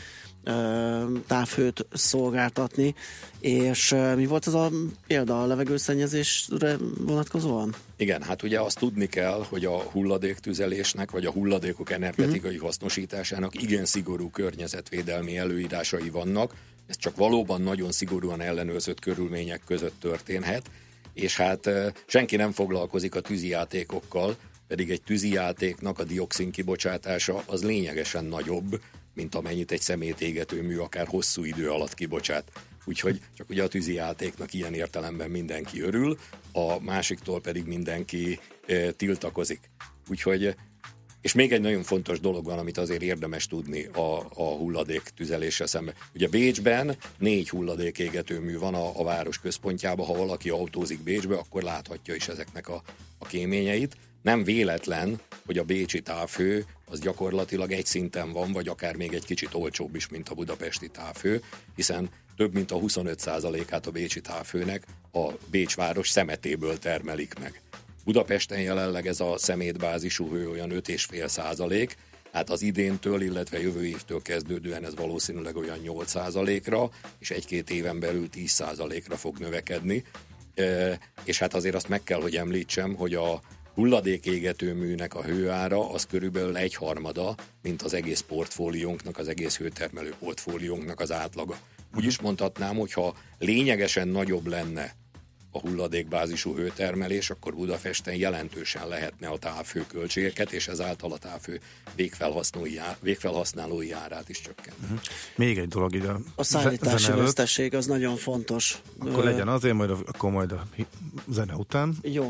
távhőt szolgáltatni, és mi volt ez a példa a levegőszennyezésre vonatkozóan? Igen, hát ugye azt tudni kell, hogy a hulladéktüzelésnek, vagy a hulladékok energetikai uh-huh. hasznosításának igen szigorú környezetvédelmi előírásai vannak. Ez csak valóban nagyon szigorúan ellenőrzött körülmények között történhet, és hát senki nem foglalkozik a tűzijátékokkal, pedig egy tűzijátéknak a dioxin kibocsátása az lényegesen nagyobb, mint amennyit egy szemétégető mű akár hosszú idő alatt kibocsát. Úgyhogy csak ugye a tűzijátéknak ilyen értelemben mindenki örül, a másiktól pedig mindenki e, tiltakozik. Úgyhogy, és még egy nagyon fontos dolog van, amit azért érdemes tudni a, a hulladék tüzeléssel szemben. Ugye Bécsben négy hulladékégetőmű van a, a város központjában, ha valaki autózik Bécsbe, akkor láthatja is ezeknek a, a kéményeit. Nem véletlen, hogy a bécsi távhő az gyakorlatilag egy szinten van, vagy akár még egy kicsit olcsóbb is, mint a budapesti távhő, hiszen több mint a huszonöt százalékát a bécsi távhőnek a Bécs város szemetéből termelik meg. Budapesten jelenleg ez a szemétbázisú hő olyan öt egész öt százalék, hát az idéntől, illetve jövő évtől kezdődően ez valószínűleg olyan nyolc százalékra, és egy-két éven belül tíz százalékra fog növekedni. E, és hát azért azt meg kell, hogy említsem, hogy a hulladékégetőműnek a hőára az körülbelül egy harmada, mint az egész portfóliónknak, az egész hőtermelő portfóliónknak az átlaga. Úgy is mondhatnám, hogy ha lényegesen nagyobb lenne a hulladékbázisú hőtermelés, akkor Budapesten jelentősen lehetne a távhő költségeket, és ezáltal a távhő végfelhasználói, ár, végfelhasználói árát is csökkent. Uh-huh. Még egy dolog ide. A szállítási veszteség az nagyon fontos. Akkor legyen azért, majd a, akkor majd a zene után. Jó.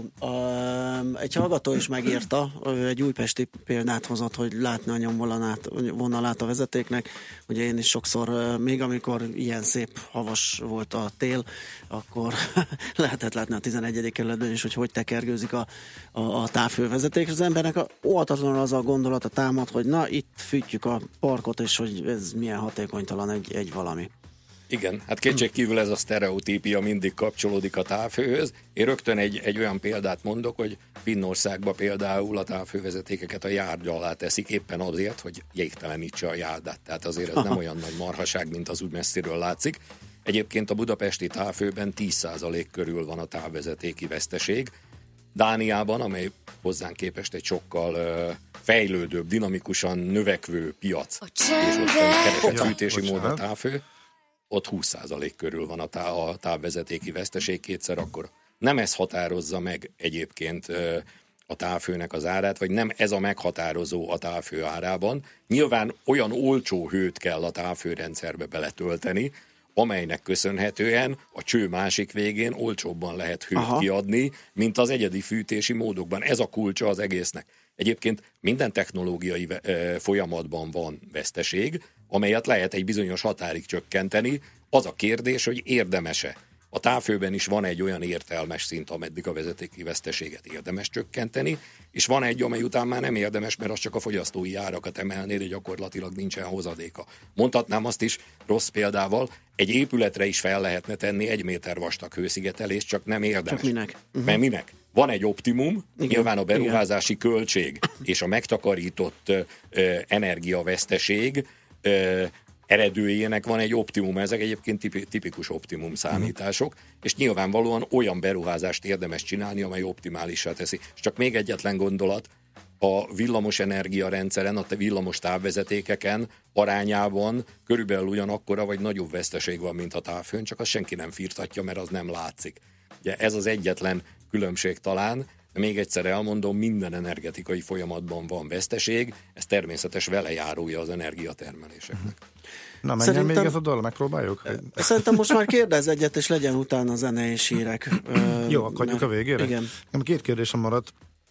A, egy hallgató is megírta, egy újpesti példát hozott, hogy látni a nyomvonalát, vonalát a vezetéknek. Ugye én is sokszor, még amikor ilyen szép havas volt a tél, akkor lehetett látni a tizenegyedik kerületben is, hogy hogy tekergőzik a, a, a távhővezeték. Az embernek a, óvatatlanul az a gondolata támad, hogy na, itt fűtjük a parkot, és hogy ez milyen hatékonytalan egy, egy valami. Igen, hát kétségkívül ez a sztereotípia mindig kapcsolódik a távhőhöz. Én rögtön egy, egy olyan példát mondok, hogy Finnországban például a távhővezetékeket a járda alá teszik, éppen azért, hogy jégtelenítse a járdát. Tehát azért ez Aha. nem olyan nagy marhaság, mint az úgy messziről látszik. Egyébként a budapesti távhőben tíz százalék körül van a távvezetéki veszteség. Dániában, amely hozzánk képest egy sokkal uh, fejlődőbb, dinamikusan növekvő piac, és ott keresett fűtési mód a távhő, ott húsz százalék körül van a, tá- a távvezetéki veszteség, kétszer akkor. Nem ez határozza meg egyébként uh, a távhőnek az árát, vagy nem ez a meghatározó a távhő árában. Nyilván olyan olcsó hőt kell a távhőrendszerbe beletölteni, amelynek köszönhetően a cső másik végén olcsóbban lehet hőt Aha. kiadni, mint az egyedi fűtési módokban. Ez a kulcsa az egésznek. Egyébként minden technológiai folyamatban van veszteség, amelyet lehet egy bizonyos határig csökkenteni. Az a kérdés, hogy érdemes-e. A távhőben is van egy olyan értelmes szint, ameddig a vezetéki veszteséget érdemes csökkenteni, és van egy, amely után már nem érdemes, mert az csak a fogyasztói árakat emelné, de gyakorlatilag nincsen hozadéka. Mondhatnám azt is rossz példával, egy épületre is fel lehetne tenni egy méter vastag hőszigetelés, csak nem érdemes. Csak minek? Uh-huh. Mert minek? Van egy optimum, igen, nyilván a beruházási igen. költség és a megtakarított ö, energiaveszteség ö, eredőjének van egy optimum, ezek egyébként tipikus optimum számítások, uh-huh. és nyilvánvalóan olyan beruházást érdemes csinálni, amely optimálissá teszi. És csak még egyetlen gondolat, a villamos energiarendszeren, a villamos távvezetékeken arányában körülbelül ugyanakkora vagy nagyobb veszteség van, mint a távhőn, csak azt senki nem firtatja, mert az nem látszik. Ugye ez az egyetlen különbség talán, de még egyszer elmondom, minden energetikai folyamatban van veszteség, ez természetes velejárója az energiatermeléseknek. Na, menjen Szerintem... még ez a dal, megpróbáljuk? Szerintem most már kérdezz egyet, és legyen utána a zene és hírek. Jó, akadjuk a végére? Igen. Két kérdésem maradt.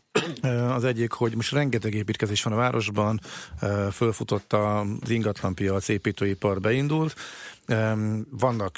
Az egyik, hogy most rengeteg építkezés van a városban, fölfutott az ingatlanpiac, építőipar beindult. Vannak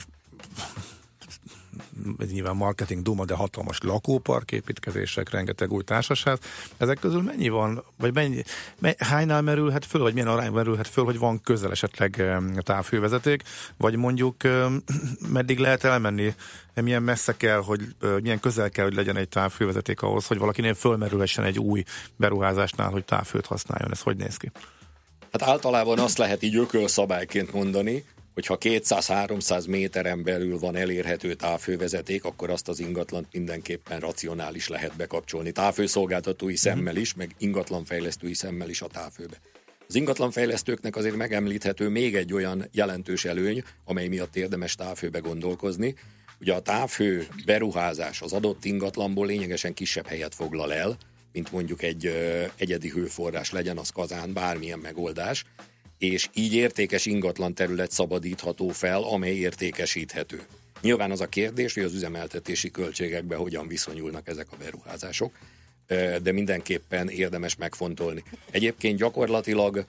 nyilván marketing duma, de hatalmas lakópark építkezések, rengeteg új társaság. Ezek közül mennyi van, vagy mennyi, mennyi hánynál merülhet föl, vagy milyen arány merülhet föl, hogy van közel esetleg távhővezeték, vagy mondjuk meddig lehet elmenni, milyen messze kell, hogy milyen közel kell, hogy legyen egy távhővezeték ahhoz, hogy valakinél fölmerülhessen egy új beruházásnál, hogy távhőt használjon. Ez hogy néz ki? Hát általában azt lehet így ökölszabályként mondani, hogy ha kétszáz-háromszáz méteren belül van elérhető távhővezeték, akkor azt az ingatlant mindenképpen racionális lehet bekapcsolni. Távhőszolgáltatói szemmel is, meg ingatlanfejlesztői szemmel is a távhőbe. Az ingatlanfejlesztőknek azért megemlíthető még egy olyan jelentős előny, amely miatt érdemes távhőbe gondolkozni. Ugye a távhő beruházás az adott ingatlanból lényegesen kisebb helyet foglal el, mint mondjuk egy ö, egyedi hőforrás, legyen az kazán, bármilyen megoldás, és így értékes ingatlan terület szabadítható fel, amely értékesíthető. Nyilván az a kérdés, hogy az üzemeltetési költségekbe hogyan viszonyulnak ezek a beruházások, de mindenképpen érdemes megfontolni. Egyébként gyakorlatilag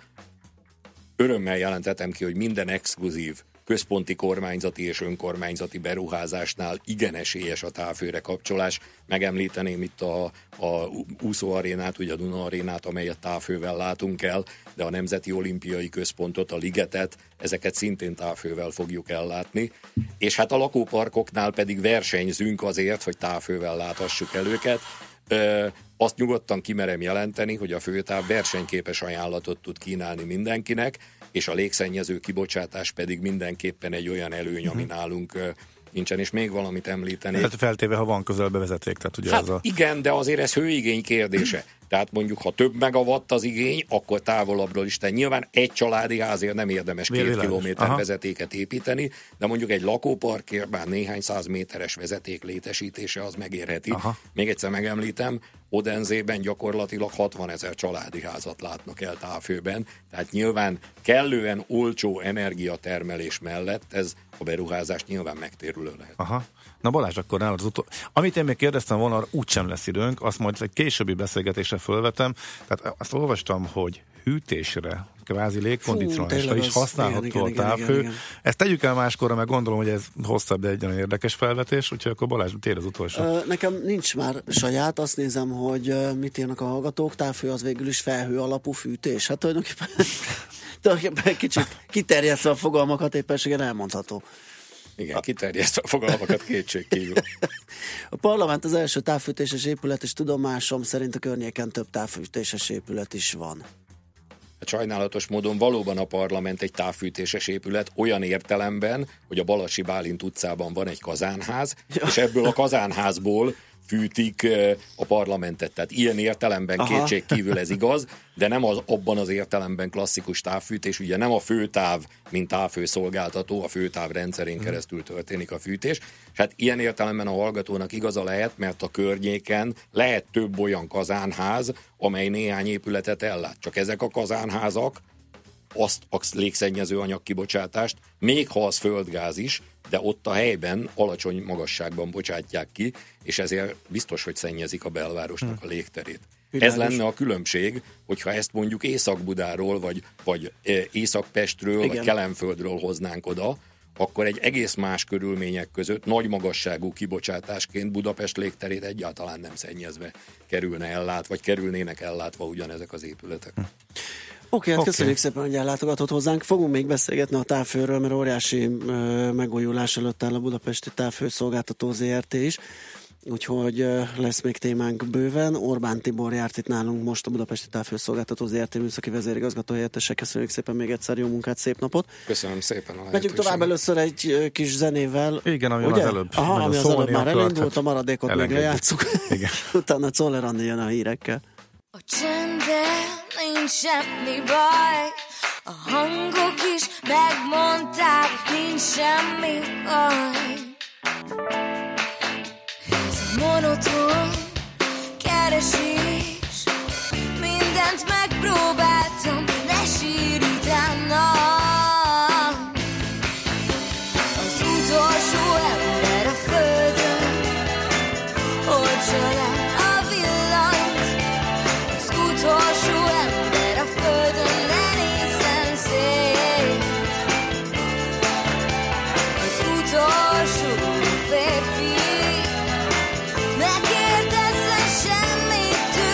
örömmel jelentetem ki, hogy minden exkluzív központi kormányzati és önkormányzati beruházásnál igen esélyes a távhőre kapcsolás. Megemlíteném itt a, a úszóarénát, ugye a Duna arénát, amelyet távhővel látunk el, de a Nemzeti Olimpiai Központot, a Ligetet, ezeket szintén távhővel fogjuk ellátni. És hát a lakóparkoknál pedig versenyzünk azért, hogy távhővel láthassuk el őket. Ö, azt nyugodtan kimerem jelenteni, hogy a főtáv versenyképes ajánlatot tud kínálni mindenkinek, és a légszennyező kibocsátás pedig mindenképpen egy olyan előny, ami uh-huh. nálunk uh, nincsen, és még valamit említeni. Hát feltéve, ha van közelbe vezeték, tehát ugye hát ez a... igen, de azért ez hőigény kérdése. Tehát mondjuk, ha több megawatt az igény, akkor távolabbról is. Tehát nyilván egy családi házért nem érdemes két Világos. kilométer Aha. vezetéket építeni, de mondjuk egy lakóparkért bár néhány száz méteres vezeték létesítése az megérheti. Aha. Még egyszer megemlítem, Odenzében gyakorlatilag hatvanezer családi házat látnak el távhőben, tehát nyilván kellően olcsó energiatermelés mellett ez a beruházás nyilván megtérülő lehet. Aha. Na Balázs, akkor nálad az utol... Amit én még kérdeztem volna, úgysem lesz időnk, azt majd egy későbbi beszélgetésre fölvetem. Tehát azt olvastam, hogy hűtésre, kvázi légkondicionálásra is használható igen, a távhő. Igen, igen, igen. Ezt tegyük el máskorra, mert gondolom, hogy ez hosszabb, de egy nagyon érdekes felvetés, úgyhogy akkor Balázs, tér az utolsó. Ö, nekem nincs már saját, azt nézem, hogy mit írnak a hallgatók, távhő az végül is felhő alapú fűtés. Hát tulajdonképpen, tulajdonképpen kicsit kiterjesztve a fogalmakat éppenséggel elmondható. Igen, kiterjesztve a fogalmakat kétségkívül. A parlament az első távfűtéses épület, és tudomásom szerint a környéken több távfűtéses épület is van. Hát sajnálatos módon valóban a parlament egy távfűtéses épület olyan értelemben, hogy a Balassi Bálint utcában van egy kazánház, ja. és ebből a kazánházból fűtik a parlamentet. Tehát ilyen értelemben kétségkívül ez igaz, de nem az, abban az értelemben klasszikus távfűtés, ugye nem a főtáv, mint távhőszolgáltató, a főtáv rendszerén keresztül történik a fűtés. És hát ilyen értelemben a hallgatónak igaza lehet, mert a környéken lehet több olyan kazánház, amely néhány épületet ellát. Csak ezek a kazánházak azt a légszennyező anyagkibocsátást, még ha az földgáz is, de ott a helyben alacsony magasságban bocsátják ki, és ezért biztos, hogy szennyezik a belvárosnak a légterét. Ez lenne a különbség, hogyha ezt mondjuk Észak-Budáról, vagy, vagy Észak-Pestről, igen. vagy Kelenföldről hoznánk oda, akkor egy egész más körülmények között nagy magasságú kibocsátásként Budapest légterét egyáltalán nem szennyezve kerülne ellát, vagy kerülnének ellátva ugyanezek az épületek. Oké, okay, hát okay. köszönjük szépen, hogy ellátogatott hozzánk. Fogunk még beszélgetni a távhőről, mert óriási ö, megújulás előtt áll a Budapesti Távhőszolgáltató zé er té is. Úgyhogy ö, lesz még témánk bőven. Orbán Tibor járt itt nálunk most a Budapesti Távhőszolgáltató zé er té műszaki vezérigazgató helyettese. Köszönjük szépen még egyszer, jó munkát, szép napot. Köszönöm szépen a Megyünk tovább először egy ö, kis zenével. Igen, ami az előbb. Aha, ami az előbb már akart, elindult, a maradékot még lejátszuk. Igen. Utána Czoller Andi jön a hírekkel. A csendben nincs semmi baj, a hangok is megmondták, nincs semmi baj. Ez a monoton keresés, mindent megpróbáltam, ne sírj utána. Az utolsó ember a földön, hogy csalál a villanyt. Az utolsó ember a földön, ne nézzen szét. Az utolsó férfi, ne kérdezzen semmit tőle.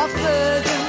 a földön.